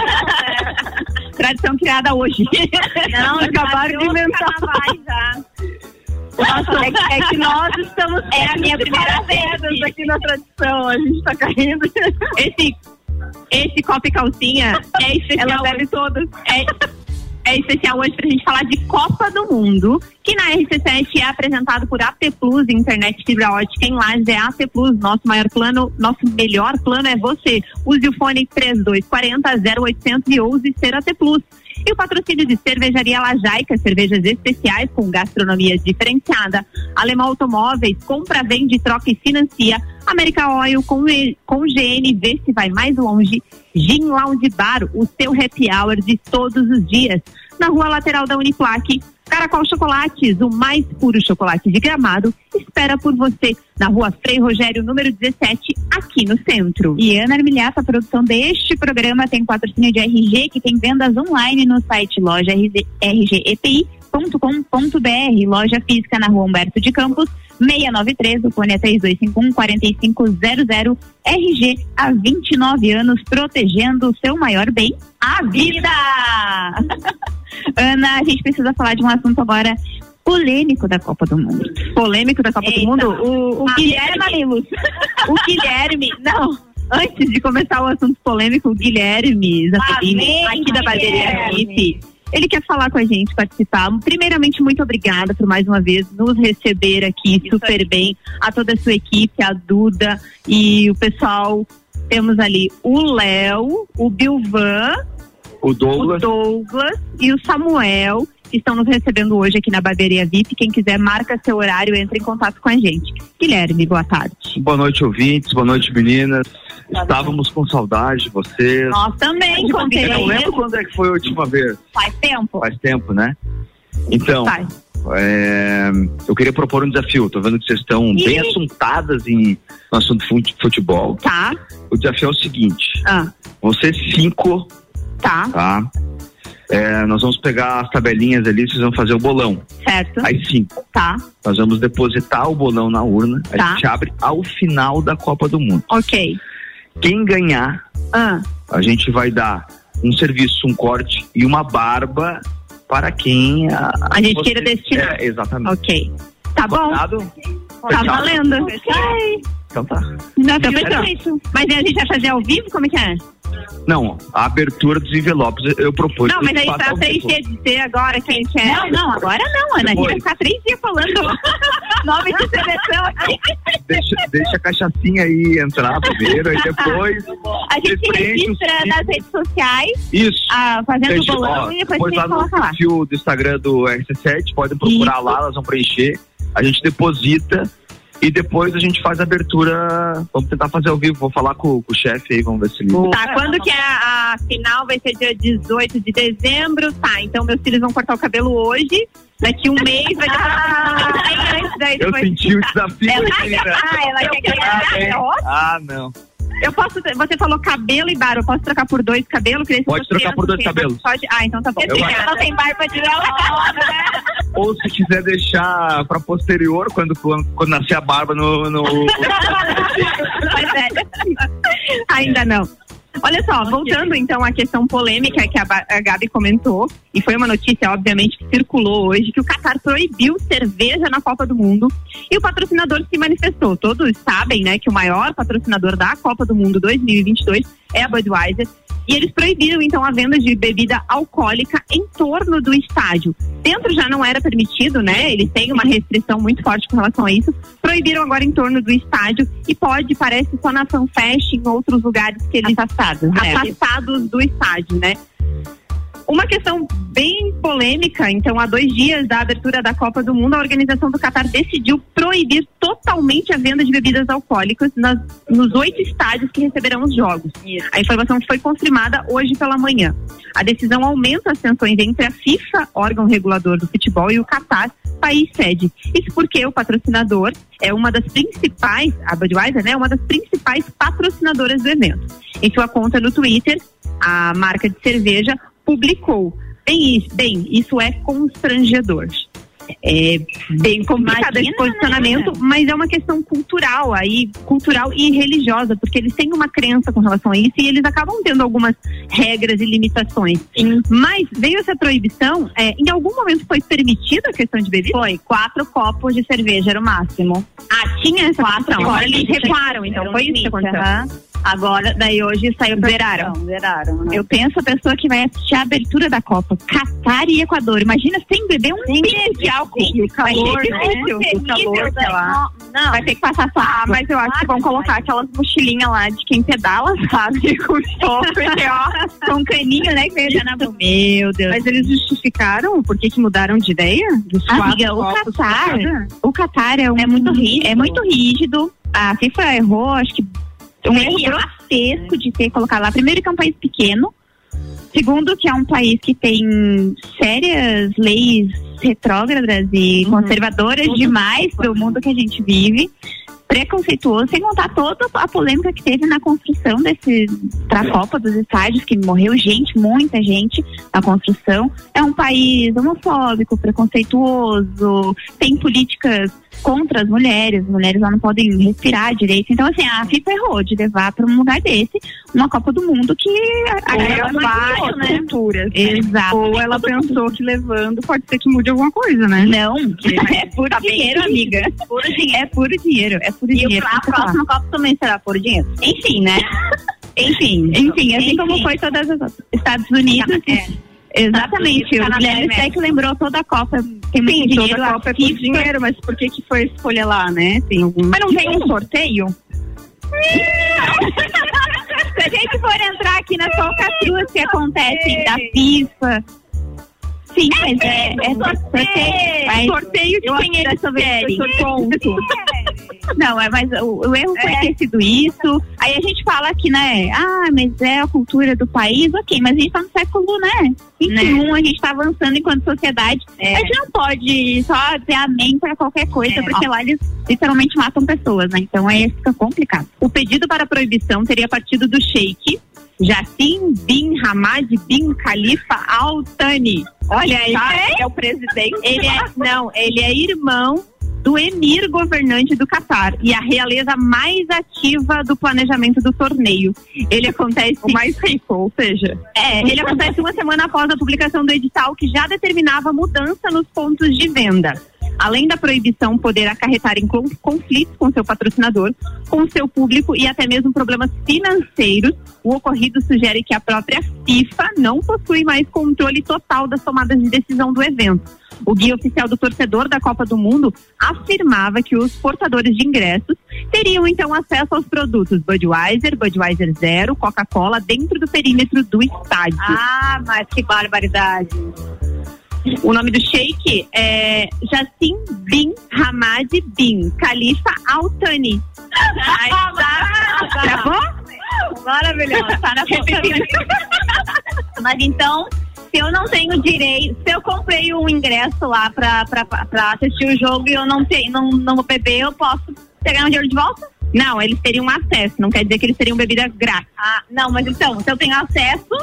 Tradição criada hoje. Não, acabaram de inventar. Já. Nossa, é, que, é que nós estamos. É a minha primeira vez aqui na tradição. A gente tá caindo. Esse, esse copo e calcinha é especial. Ela bebe todas. É. É especial hoje pra gente falar de Copa do Mundo, que na R C sete é apresentado por A T Plus, internet fibra ótica em Lages é A T Plus. Nosso maior plano, nosso melhor plano é você. Use o fone três dois quatro zero zero oitocentos e ouse ser A T Plus. E o patrocínio de Cervejaria Lajaica, cervejas especiais com gastronomia diferenciada. Alemão Automóveis, compra, vende, troca e financia. América Oil com, com G N, vê se vai mais longe. Gin Lounge Bar, o seu happy hour de todos os dias. Na rua lateral da Uniplac, Caracol Chocolates, o mais puro chocolate de Gramado, espera por você na rua Frei Rogério, número dezessete, aqui no centro. E Ana Armiliato, a produção deste programa tem patrocínio de R G, que tem vendas online no site loja r g e p i ponto com ponto b r, loja física na rua Humberto de Campos, seiscentos e noventa e três, o fone é três dois cinco um, quatro cinco zero zero. R G, há vinte e nove anos, protegendo o seu maior bem, a vida! Ana, a gente precisa falar de um assunto agora polêmico da Copa do Mundo. Polêmico da Copa Eita. do Mundo? O, o ah, Guilherme... O Guilherme... Não... Antes de começar o assunto polêmico, o Guilherme Zapelini, aqui da Barbearia V I P, ele quer falar com a gente, participar. Primeiramente, muito obrigada por mais uma vez nos receber aqui Isso super aí. bem, a toda a sua equipe, a Duda e o pessoal. Temos ali o Léo, o Bilvan, o Douglas. o Douglas e o Samuel, que estão nos recebendo hoje aqui na Barbearia V I P. Quem quiser, marca seu horário, entre em contato com a gente. Guilherme, boa tarde. Boa noite, ouvintes, boa noite, meninas. Estávamos com saudade de vocês. Nós também, contei. Eu não lembro quando é que foi a última vez. Faz tempo. Faz tempo, né? Então, é, eu queria propor um desafio. Tô vendo que vocês estão bem assuntadas em, no assunto futebol. Tá. O desafio é o seguinte. Ah. Vocês cinco. Tá. Tá. É, nós vamos pegar as tabelinhas ali, vocês vão fazer o bolão. Certo. Aí cinco. Tá. Nós vamos depositar o bolão na urna. A tá. gente abre ao final da Copa do Mundo. Ok. Quem ganhar, ah. a gente vai dar um serviço, um corte e uma barba para quem a, a gente você... queira destinar. É, exatamente. Ok. Tá Contado? bom. Tá valendo. Então tá. Não, tá perfeito. Mas a gente vai fazer ao vivo? Como é que é? Não, a abertura dos envelopes eu propus. Não, mas aí tá três dias de ser agora quem quer. Não, não, agora não, Ana. A gente vai ficar três dias falando nome de seleção aqui. Deixa, deixa a cachaçinha aí entrar primeiro, aí depois. A gente registra nas redes sociais. Isso. Ah, fazendo o bolão ó, e depois, depois a gente lá no coloca lá. perfil do Instagram do R C sete, podem procurar Isso. lá, elas vão preencher. A gente deposita. E depois a gente faz a abertura, vamos tentar fazer ao vivo, vou falar com, com o chefe aí, vamos ver se ele... Tá, quando que é a, a final? Vai ser dia dezoito de dezembro, tá, então meus filhos vão cortar o cabelo hoje, daqui um mês vai dar... antes, daí Eu depois... senti o desafio. Ela quer, ah, ela quer ganhar. Ah, não. Eu posso, você falou cabelo e barba, eu posso trocar por dois cabelos? Pode trocar por dois cabelos. Pode, ah, então tá bom. Eu ela não tem barba de ela, né? Ou se quiser deixar pra posterior, quando, quando, quando nascer a barba no... no... Mas é, ainda não. Olha só, voltando então à questão polêmica que a, a Gabi comentou, e foi uma notícia, obviamente, que circulou hoje, que o Qatar proibiu cerveja na Copa do Mundo e o patrocinador se manifestou. Todos sabem, né, que o maior patrocinador da Copa do Mundo dois mil e vinte e dois é a Budweiser, e eles proibiram então a venda de bebida alcoólica em torno do estádio. Dentro já não era permitido, né? Eles têm uma restrição muito forte com relação a isso. Proibiram agora em torno do estádio e pode, parece, só na FanFest, em outros lugares que eles afastados, né? afastados do estádio, né? Uma questão bem polêmica, então, há dois dias da abertura da Copa do Mundo, a organização do Qatar decidiu proibir totalmente a venda de bebidas alcoólicas nas, nos oito estádios que receberão os jogos. Isso. A informação foi confirmada hoje pela manhã. A decisão aumenta as tensões entre a FIFA, órgão regulador do futebol, e o Qatar, país sede. Isso porque o patrocinador é uma das principais, a Budweiser, né, uma das principais patrocinadoras do evento. Em sua conta no Twitter, a marca de cerveja publicou. Bem, isso, bem, isso é constrangedor. É bem complicado esse posicionamento, né? Mas é uma questão cultural aí, cultural e religiosa, porque eles têm uma crença com relação a isso e eles acabam tendo algumas regras e limitações. Sim. Mas veio essa proibição, é, em algum momento foi permitida a questão de bebida? Foi, quatro copos de cerveja era o máximo. Ah, tinha essa quatro. Agora eles recuaram, então foi isso que aconteceu. Uhum. Agora, daí hoje saiu pra Zeraram. Zeraram, né? Eu penso a pessoa que vai assistir a abertura da Copa, Catar e Equador. Imagina sem beber um pingo de álcool. O calor, vai né? O calor, sei lá. Não. Vai ter que passar só. Ah, mas eu acho que vão colocar aquelas mochilinhas lá de quem pedala, sabe? Com stopper, ó. Com caninho, né? Que veio já na boca. Meu Deus. Mas eles justificaram por que que mudaram de ideia? Dos Amiga, o Qatar, o Qatar é, um, é muito rígido. É muito rígido. A FIFA errou, acho que um erro grotesco de ter colocado lá. Primeiro, que é um país pequeno. Segundo, que é um país que tem sérias leis retrógradas e uhum. conservadoras uhum. demais para o mundo que a gente vive. Preconceituoso, sem contar toda a polêmica que teve na construção desse pra Copa dos estádios, que morreu gente, muita gente na construção. É um país homofóbico, preconceituoso, tem políticas contra as mulheres, as mulheres lá não podem respirar direito. Então, assim, a FIFA errou de levar para um lugar desse uma Copa do Mundo que agrega várias, né? culturas. Né? Exato. Ou ela pensou que levando pode ser que mude alguma coisa, né? Não, é puro tá dinheiro, amiga. É puro dinheiro. É puro dinheiro. É puro e dinheiro. E a próxima Copa também será por dinheiro? Enfim, né? Enfim, enfim, assim enfim. como foi todas as Estados Unidos. É. Exatamente, o Guilherme Steck lembrou toda a Copa. Tem muito Sim, dinheiro, toda a Copa é por dinheiro, mas por que que foi escolher lá, né? Tem algum... Mas não tem um sorteio? Se a gente for entrar aqui nas falcatruas que acontecem da FIFA... Sim, mas é, é, é sorteio. Mas sorteio de quem eles querem. Não, é, mas o, o erro foi é. ter sido isso. Aí a gente fala aqui, né? Ah, mas é a cultura do país, ok, mas a gente tá no século, né? vinte e um, né? A gente tá avançando enquanto sociedade. É. A gente não pode só dizer amém pra qualquer coisa, é. porque lá eles literalmente matam pessoas, né? Então aí fica complicado. O pedido para a proibição teria partido do Sheik Jassim bin Hamad bin Khalifa Al Thani. Olha, ele é, é o presidente. Ele é, não, ele é irmão do emir governante do Qatar e a realeza mais ativa do planejamento do torneio. Ele acontece... O mais rico, ou seja... É, ele acontece uma semana após a publicação do edital que já determinava mudança nos pontos de venda. Além da proibição poder acarretar em conflitos com seu patrocinador, com seu público e até mesmo problemas financeiros, o ocorrido sugere que a própria FIFA não possui mais controle total das tomadas de decisão do evento. O guia oficial do torcedor da Copa do Mundo afirmava que os portadores de ingressos teriam então acesso aos produtos Budweiser, Budweiser Zero, Coca-Cola dentro do perímetro do estádio. Ah, mas que barbaridade! O nome do sheik é Jassim bin Hamad bin Khalifa Al Thani. Ah, tá, tá bom? Maravilhoso, tá na Mas então, se eu não tenho direito, se eu comprei um ingresso lá pra, pra, pra assistir o jogo e eu não, tenho, não, não vou beber, eu posso pegar um dinheiro de volta? Não, eles teriam acesso, não quer dizer que eles teriam bebida grátis. Ah, não, mas então, se eu tenho acesso,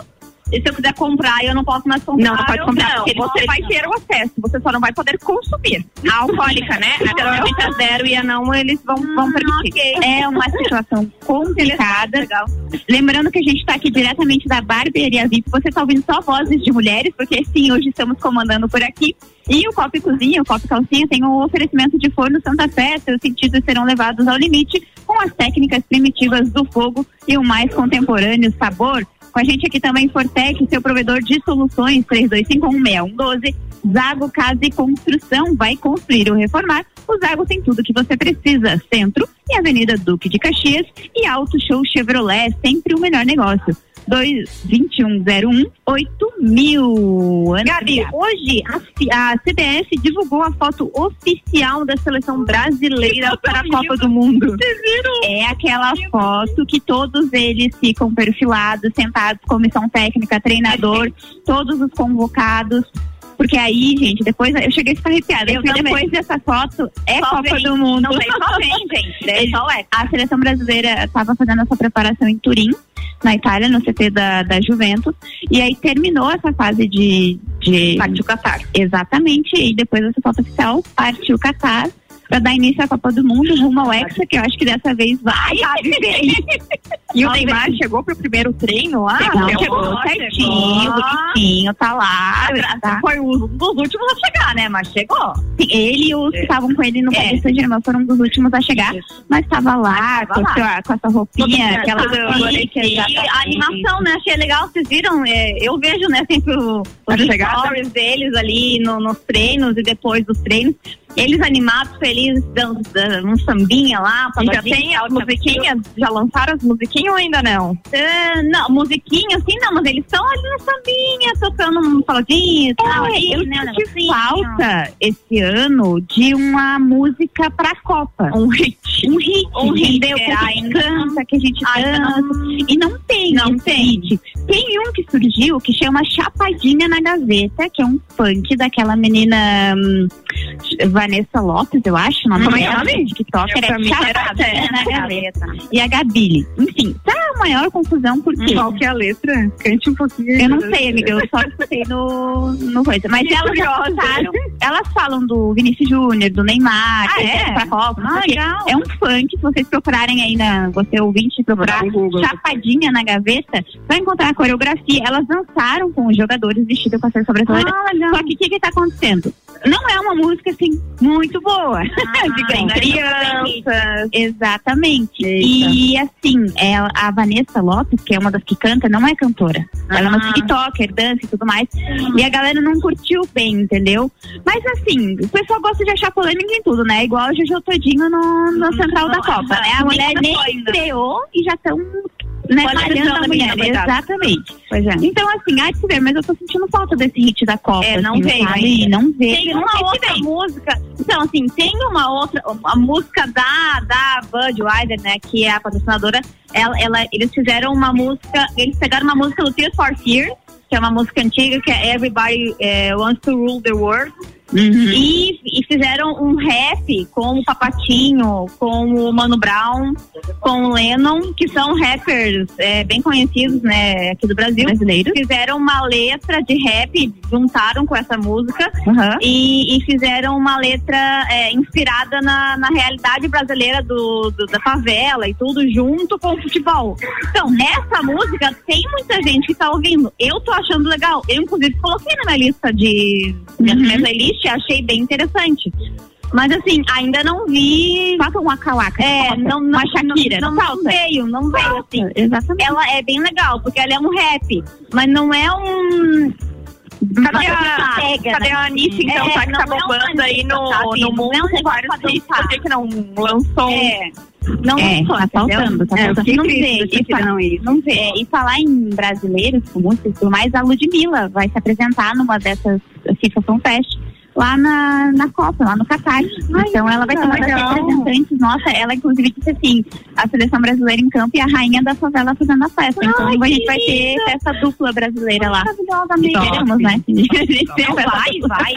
E se eu quiser comprar, eu não posso mais comprar. Não, não pode comprar, não, porque você vai ter o acesso, você só não vai poder consumir. A alcoólica, né? Geralmente a zero e a não, eles vão, vão hum, permitir. Okay. É uma situação complicada. Legal. Lembrando que a gente está aqui diretamente da Barbearia V I P. Você está ouvindo só vozes de mulheres, porque sim, hoje estamos comandando por aqui. E o Copa e Cozinha, o Copa e Calcinha, tem um oferecimento de forno Santa Fé. Seus sentidos serão levados ao limite com as técnicas primitivas do fogo e o mais contemporâneo sabor. Com a gente aqui também, Fortec, seu provedor de soluções, três dois cinco um, seis um um dois. Zago Casa e Construção, vai construir ou reformar. O Zago tem tudo que você precisa. Centro e Avenida Duque de Caxias e Auto Show Chevrolet, sempre o melhor negócio. dois dois um zero um oito mil. Gabi, hoje a, a C B F divulgou a foto oficial da seleção brasileira para a Copa do Mundo. Vocês viram? É aquela foto que todos eles ficam perfilados, sentados, comissão técnica, treinador, todos os convocados. Porque aí, gente, depois eu cheguei a ficar arrepiada. Eu porque depois dessa foto é só Copa vem. do Mundo. Não vem, só vem, gente. É só é. A seleção brasileira estava fazendo essa preparação em Turim, na Itália, no C T da, da Juventus. E aí terminou essa fase de. de... Partiu o Catar. Exatamente. E depois dessa foto oficial, partiu o Catar para dar início à Copa do Mundo, rumo ao Hexa, que eu acho que dessa vez vai. E o Neymar chegou pro primeiro treino lá? Não, chegou certinho, bonitinho, tá lá. Tá. Foi um dos últimos a chegar, né? Mas chegou. Sim, ele e os que estavam com ele no Paris é. Saint-Germain foram um dos últimos a chegar, isso. Mas tava lá, com, lá. Sua, com essa roupinha, aquela a animação, né? Achei legal, vocês viram? É, eu vejo, né, sempre o, os stories deles ali no, nos treinos e depois dos treinos. Eles animados, felizes, dando um sambinha lá. E já tem as musiquinhas? Já lançaram as musiquinhas ou ainda não? Uh, não, musiquinha assim não, mas eles estão ali no sambinha, tocando um paladinho e tal. É, eu né, senti falta esse ano de uma música pra Copa. Um hit. Um hit. Um hit. Que a gente canta, que a gente dança. Não. E não tem. Não tem. Hit. Tem um que surgiu que chama Chapadinha na Gaveta, que é um funk daquela menina hum, Vanessa Lopes, eu acho. Não Como é ela, que é? TikToker, é Chapadinha na Gaveta. E a Gabi. Enfim, tá a maior confusão porque... Qual que é a letra? Cante um pouquinho. Eu não sei, amiga, eu só escutei no, no coisa. Mas que elas falaram, elas falam do Vinícius Júnior, do Neymar, ah, é? Pra Copa, ah, legal. É um funk, se vocês procurarem aí na, você ouvinte, procurar Chapadinha na Gaveta, vai encontrar a coreografia. Elas dançaram com os jogadores vestidos com a seleção brasileira. Ah, só que o que que tá acontecendo? Não é uma música, assim, muito boa. Ah, de crianças. Exatamente. Eita. E, assim, é, a Vanessa Lopes, que é uma das que canta, não é cantora. Ah. Ela é uma tiktoker, dança e tudo mais. Hum. E a galera não curtiu bem, entendeu? Mas, assim, o pessoal gosta de achar polêmica em tudo, né? Igual o Jojo Todinho no, no Central da Copa, né? A mulher nem estreou e já estão... Né, malhando a mulher, menina, exatamente. Pois é. Então, assim, há de se ver, mas eu tô sentindo falta desse hit da Copa. É, não assim, veio, sabe? Não veio. Tem uma outra música. Então, assim, tem uma outra, a música da, da Budweiser, né, que é a patrocinadora, ela, ela, eles fizeram uma música, eles pegaram uma música do Tears for Fears, que é uma música antiga, que é Everybody eh, Wants to Rule the World. Uhum. E, e fizeram um rap com o Papatinho, com o Mano Brown, com o Lennon, que são rappers é, bem conhecidos, né, aqui do Brasil. Brasileiros. Fizeram uma letra de rap, juntaram com essa música uhum. e, e fizeram uma letra é, inspirada na, na realidade brasileira do, do, da favela e tudo, junto com o futebol. Então, essa música tem muita gente que tá ouvindo. Eu tô achando legal. Eu, inclusive, coloquei na minha lista de... Uhum. minha playlist, achei bem interessante. Mas assim, ainda não vi. Falta uma calaca. É, não, não, uma Shakira. Não, não, não veio, não veio falta. Assim. Exatamente. Ela é bem legal, porque ela é um rap, mas não é um. Cadê a, pega, cadê né? a Anitta, então, é, já que tá bombando é aí no, sabe? no mundo, não é um vários hits, por que que não lançou? É. Não, é, não tá faltando, tá é, faltando. Não vê, e, fa- não, não vê. É, e falar em brasileiros com músicas, por mais a Ludmilla vai se apresentar numa dessas FIFA Fan Fest lá na, na Copa, lá no Catar. Então ela vai ser uma das representantes. Nossa, ela inclusive disse assim, a seleção brasileira em campo e a rainha da favela fazendo a festa. Então ai, a gente vai ter festa dupla brasileira lá. Maravilhosamente. Teremos, né? Não, vai, vai.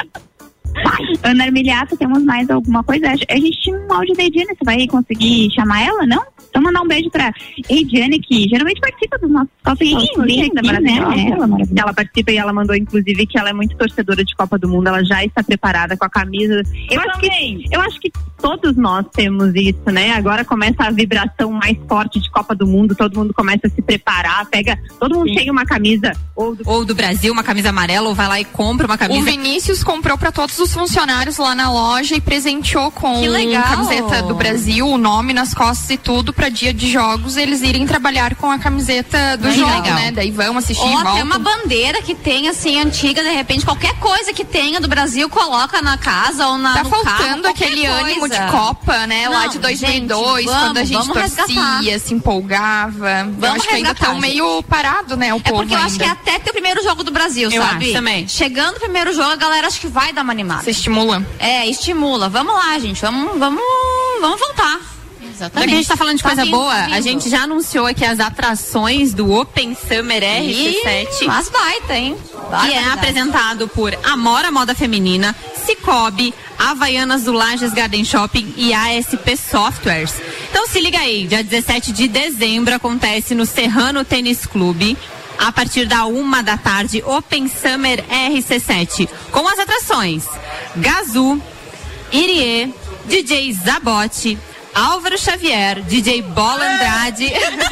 Vai. Ana Armiliato, temos mais alguma coisa? A gente tinha um áudio da Edina, você vai conseguir chamar ela, não? Então, mandar um beijo pra Ediane, que geralmente participa dos nossos Copa Sim, aqui, linda, né? maravilhosa. Ela, maravilhosa. Ela participa e ela mandou, inclusive, que ela é muito torcedora de Copa do Mundo. Ela já está preparada com a camisa. Eu, acho que, eu acho que todos nós temos isso, né? Agora começa a vibração mais forte de Copa do Mundo. Todo mundo começa a se preparar. Pega, todo mundo Sim. tem uma camisa. Ou do... ou do Brasil, uma camisa amarela, ou vai lá e compra uma camisa. O Vinícius comprou para todos os funcionários lá na loja e presenteou com a camiseta do Brasil, o nome nas costas e tudo, para dia de jogos eles irem trabalhar com a camiseta do Ai, jogo, legal. né? Daí vão assistir ou e voltam. até uma bandeira que tem assim, antiga, de repente, qualquer coisa que tenha do Brasil, coloca na casa ou na Tá no faltando carro, aquele coisa. ânimo de Copa, né? Não, lá de dois mil e dois, gente, vamos, quando a gente torcia, resgatar. se empolgava. Vamos eu acho que ainda estão meio parado, né? O é povo porque eu ainda. acho que é até ter o primeiro jogo do Brasil, Eu sabe? acho também. Chegando o primeiro jogo, a galera acho que vai dar uma animada. Você estimula. É, estimula. Vamos lá, gente. Vamos, vamos, vamos voltar. Já que a gente tá falando de Tá coisa vindo, boa, tá a vindo. gente já anunciou aqui as atrações do Open Summer R C sete. Mas baita, hein? Que é apresentado por Amora Moda Feminina, Cicobi, Havaianas do Lages Garden Shopping e A S P Softwares. Então se liga aí, dia dezessete de dezembro acontece no Serrano Tênis Clube, a partir da uma da tarde, Open Summer R C sete, com as atrações Gazu, Irie, D J Zabote, Álvaro Xavier, D J Bola Andrade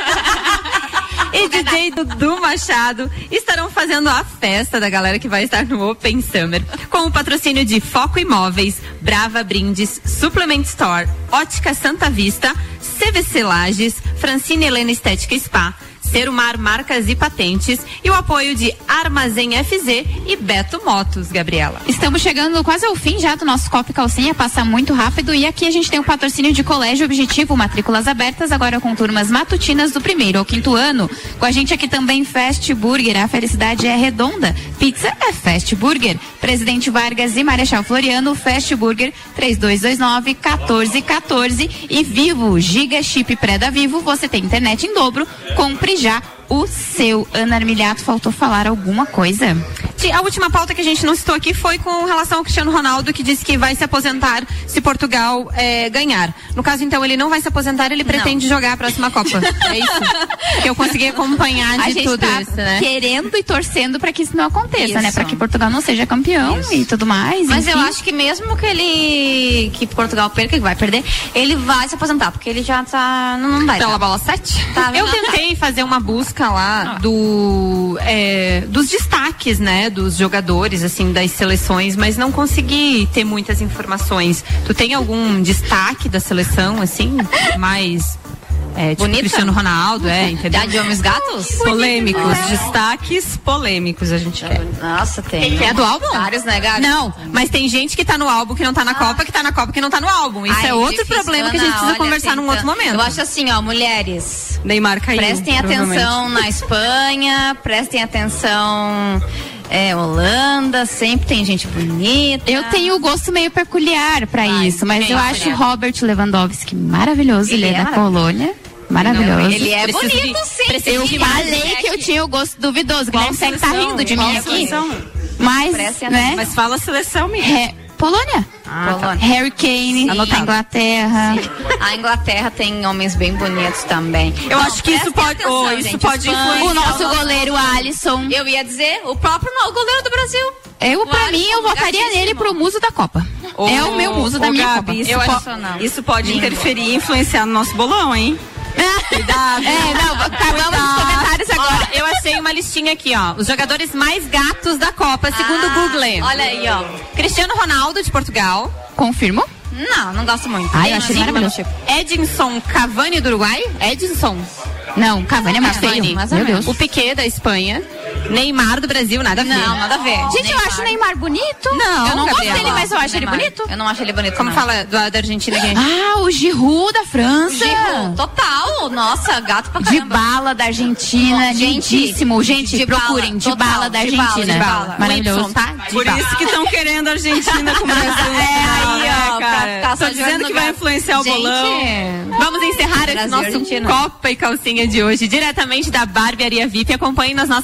e D J Dudu Machado estarão fazendo a festa da galera que vai estar no Open Summer, com o patrocínio de Foco Imóveis, Brava Brindes, Suplement Store, Ótica Santa Vista, C V C Lages, Francine Helena Estética Spa, Serumar Marcas e Patentes e o apoio de Armazém F Z e Beto Motos, Gabriela. Estamos chegando quase ao fim já do nosso Copa e Calcinha, passa muito rápido e aqui a gente tem o patrocínio de Colégio Objetivo, matrículas abertas agora com turmas matutinas do primeiro ao quinto ano. Com a gente aqui também Fast Burger, a felicidade é redonda. Pizza é Fast Burger. Presidente Vargas e Marechal Floriano, Fast Burger três dois dois nove, um quatro um quatro e Vivo, Giga Chip Pré da Vivo, você tem internet em dobro, compre já o seu. Ana Armiliato, faltou falar alguma coisa? A última pauta que a gente não citou aqui foi com relação ao Cristiano Ronaldo, que disse que vai se aposentar se Portugal é, ganhar. No caso, então, ele não vai se aposentar, ele pretende não. jogar a próxima Copa. É isso? Que eu consegui acompanhar de a gente tudo tá isso, né? querendo e torcendo para que isso não aconteça, Isso. né? Para que Portugal não seja campeão isso. e tudo mais. Mas enfim. eu acho que mesmo que ele, que Portugal perca, que vai perder, ele vai se aposentar, porque ele já tá, não, não vai. Pela bola sete? Tá, eu tentei fazer uma busca lá do, é, dos destaques, né? Dos jogadores, assim, das seleções, mas não consegui ter muitas informações. Tu tem algum destaque da seleção, assim, mais... É, tipo Bonita? Cristiano Ronaldo, é, entendeu? De homens gatos? Polêmicos, É. destaques polêmicos a gente quer. Nossa, tem. É do álbum? Vários, né, Gabi? Não, mas tem gente que tá no álbum que não tá na Copa, que tá na Copa que não tá no álbum. Isso Ai, é outro difícil, problema que a gente Ana, precisa olha, conversar num outro tenta- momento. Eu acho assim, ó, mulheres, Neymar caiu. prestem atenção na Espanha, prestem atenção... É, Holanda, sempre tem gente bonita. Eu tenho um gosto meio peculiar pra Ai, isso, mas quem eu é? acho o Robert Lewandowski maravilhoso. Ele, Ele é é da Polônia. Maravilhoso. Não, ele é Preciso bonito, de- sim. preciso Eu de falei que eu tinha o gosto duvidoso. Qual Guilherme Segue tá seleção? rindo de Qual mim aqui. seleção? Mas, Prestem né? atenção. Mas fala a seleção, minha. Re- Polônia. Ah, tá. Harry Kane, Sim. a Inglaterra. A Inglaterra tem homens bem bonitos também. Eu Não, acho que isso prestem pode- atenção, oh, isso gente. pode Espanha, influenciar O nosso o goleiro Alisson. Eu ia dizer, o próprio no- goleiro do Brasil. Eu, O pra Alisson, mim, eu votaria gatíssimo. nele pro muso da Copa. Ô, é o meu muso da ô, minha Gabi, Copa. Isso, Eu po- acho não. isso pode Lindo. interferir e influenciar no nosso bolão, hein? Cuidado. É, não, acabamos os Cuidado. comentários agora. Ó, eu achei uma listinha aqui, ó. Os jogadores mais gatos da Copa, segundo o Ah, Google. Olha aí, ó. Cristiano Ronaldo, de Portugal. Confirmo? Não, não gosto muito. Ai, eu Não, achei não, maravilhoso. Edinson Cavani, do Uruguai. Edinson. Não, Cavani é muito Cavani, feio. mais ou Meu menos. Deus. O Piquet, da Espanha. Neymar, do Brasil, nada a ver. Não, nada a ver. Gente, eu Neymar. acho o Neymar bonito. Não, eu não gosto Gabriela. dele, mas eu acho Neymar. ele bonito. Eu não acho ele bonito. Como não. fala do, da Argentina aqui? Ah, o Giroud da França. Giroud, total. Nossa, gato pra De caramba. bala da Argentina, Gente, lindíssimo. Gente, de bala, procurem, de total, bala da de bala, Argentina. de bala. Maravilhoso. Y, tá? Por isso que estão querendo a Argentina com o Brasil. É, aí, ó, pra cara. ficar só Tô dizendo dizendo que vai que- influenciar o Gente, bolão. Vamos encerrar esse Brasil e nosso Argentina. Copa e Calcinha de hoje, diretamente da Barbearia V I P. Acompanhe nas nossas redes sociais.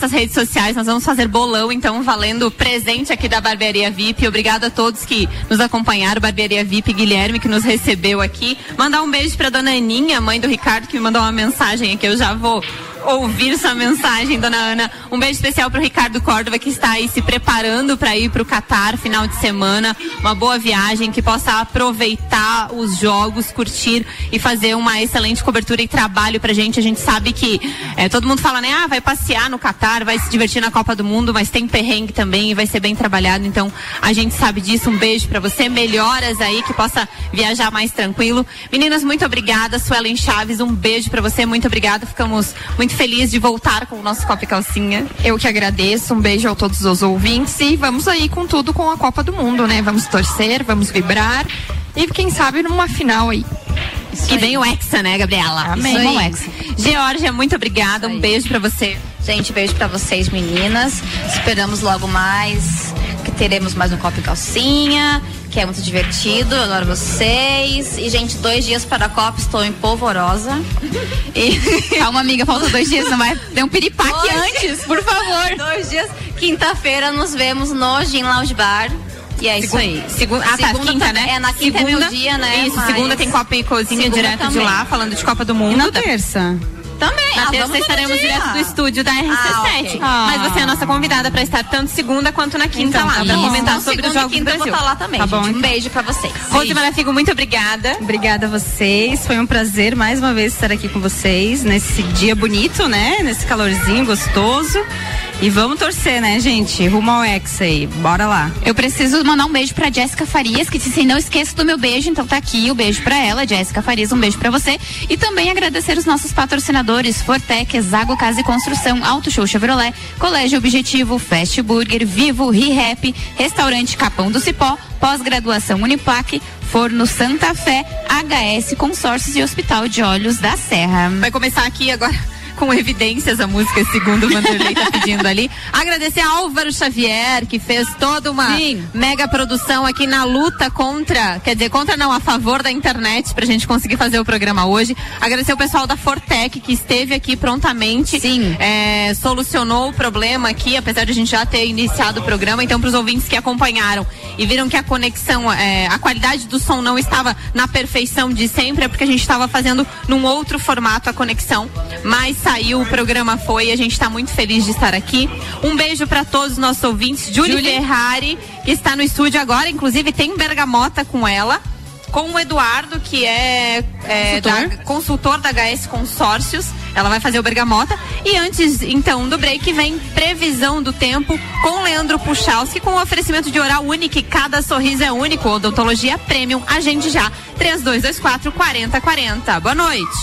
sociais, nós vamos fazer bolão, então, valendo presente aqui da Barbearia V I P. Obrigada a todos que nos acompanharam, Barbearia V I P, Guilherme, que nos recebeu aqui. Mandar um beijo pra dona Aninha, mãe do Ricardo, que me mandou uma mensagem aqui, eu já vou ouvir sua mensagem, dona Ana. Um beijo especial pro Ricardo Córdova, que está aí se preparando para ir pro Catar final de semana. Uma boa viagem, que possa aproveitar os jogos, curtir e fazer uma excelente cobertura e trabalho pra gente. A gente sabe que é, todo mundo fala, né? Ah, vai passear no Catar, vai se divertir na Copa do Mundo, mas tem perrengue também e vai ser bem trabalhado. Então, a gente sabe disso. Um beijo pra você. Melhoras aí, que possa viajar mais tranquilo. Meninas, muito obrigada. Suelen Chaves, um beijo pra você. Muito obrigada. Ficamos muito feliz de voltar com o nosso Copa e Calcinha. Eu que agradeço, um beijo a todos os ouvintes e vamos aí com tudo com a Copa do Mundo, né? Vamos torcer, vamos vibrar e quem sabe numa final aí. Isso que aí. Vem o Hexa, né, Gabriela? Amém. Isso aí. O Hexa. Georgia, muito obrigada, um beijo pra você. Gente, beijo pra vocês, meninas. Esperamos logo mais, que teremos mais um Copa e Calcinha, que é muito divertido, eu adoro vocês. E, gente, dois dias para a Copa, estou em polvorosa. E... Calma, amiga, falta dois dias, não vai ter um piripaque dois antes, dias, por favor. Dois dias. Quinta-feira nos vemos no Gin Lounge Bar. E é isso aí. Segunda, ah, tá, segunda quinta, né? É, na quinta segunda, é meu dia, né? Isso, mas... segunda tem Copa e Cozinha direto também. De lá, falando de Copa do Mundo. E na terça? Também. Na ah, terça estaremos direto do estúdio da R C sete. Ah, okay. ah. Mas você é a nossa convidada para estar tanto segunda quanto na quinta então, lá, para comentar sobre segunda os jogos e quinta do Brasil. Eu vou estar lá também, tá bom, gente. Um beijo para vocês. Rose Marafigo, muito obrigada. Obrigada a vocês. Foi um prazer mais uma vez estar aqui com vocês nesse dia bonito, né? Nesse calorzinho gostoso. E vamos torcer, né, gente? Rumo ao Hexa aí. Bora lá. Eu preciso mandar um beijo pra Jéssica Farias, que disse, não esqueça do meu beijo, então tá aqui o beijo pra ela. Jéssica Farias, um beijo pra você. E também agradecer os nossos patrocinadores, Fortec, Zago Casa e Construção, Auto Show Chevrolet, Colégio Objetivo, Fast Burger, Vivo, ReHap, Restaurante Capão do Cipó, Pós-Graduação Uniplac, Forno Santa Fé, H S Consórcios e Hospital de Olhos da Serra. Vai começar aqui agora com evidências a música, segundo o Vanderlei tá pedindo ali. Agradecer a Álvaro Xavier, que fez toda uma Sim. mega produção aqui na luta contra, quer dizer, contra não, a favor da internet, pra gente conseguir fazer o programa hoje. Agradecer o pessoal da Fortec, que esteve aqui prontamente. Sim. É, solucionou o problema aqui, apesar de a gente já ter iniciado o programa. Então, pros ouvintes que acompanharam e viram que a conexão, é, a qualidade do som não estava na perfeição de sempre, é porque a gente estava fazendo num outro formato a conexão, mas saiu, o programa foi, a gente está muito feliz de estar aqui. Um beijo para todos os nossos ouvintes. Julie Ferrari, que está no estúdio agora, inclusive tem bergamota com ela, com o Eduardo, que é, é consultor. Da, consultor da H S Consórcios. Ela vai fazer o bergamota. E antes, então, do break, vem previsão do tempo com Leandro Puchalski, com o oferecimento de Oral Unique. Cada sorriso é único. Odontologia Premium. Agende já. três dois dois quatro, quatro zero quatro zero. Boa noite.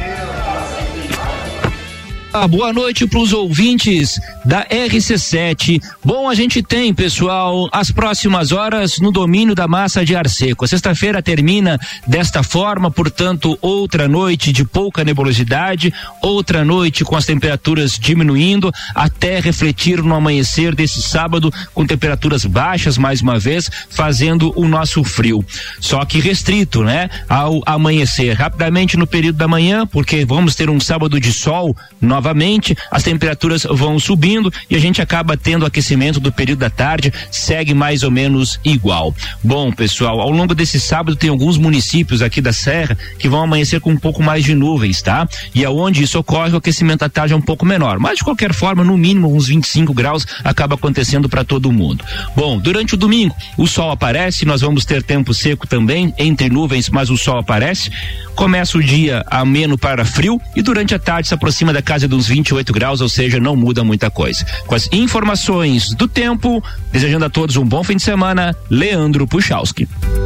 Ah, boa noite para os ouvintes da R C sete. Bom, a gente tem, pessoal, as próximas horas no domínio da massa de ar seco. A sexta-feira termina desta forma, portanto, outra noite de pouca nebulosidade, outra noite com as temperaturas diminuindo até refletir no amanhecer desse sábado com temperaturas baixas mais uma vez, fazendo o nosso frio. Só que restrito, né? Ao amanhecer. Rapidamente no período da manhã, porque vamos ter um sábado de sol novamente. Novamente, as temperaturas vão subindo e a gente acaba tendo aquecimento do período da tarde, segue mais ou menos igual. Bom, pessoal, ao longo desse sábado tem alguns municípios aqui da Serra que vão amanhecer com um pouco mais de nuvens, tá? E aonde isso ocorre, o aquecimento da tarde é um pouco menor, mas de qualquer forma, no mínimo uns vinte e cinco graus acaba acontecendo para todo mundo. Bom, durante o domingo, o sol aparece, nós vamos ter tempo seco também, entre nuvens, mas o sol aparece. Começa o dia ameno para frio e durante a tarde se aproxima da casa dos vinte e oito graus, ou seja, não muda muita coisa. Com as informações do tempo, desejando a todos um bom fim de semana, Leandro Puchalski.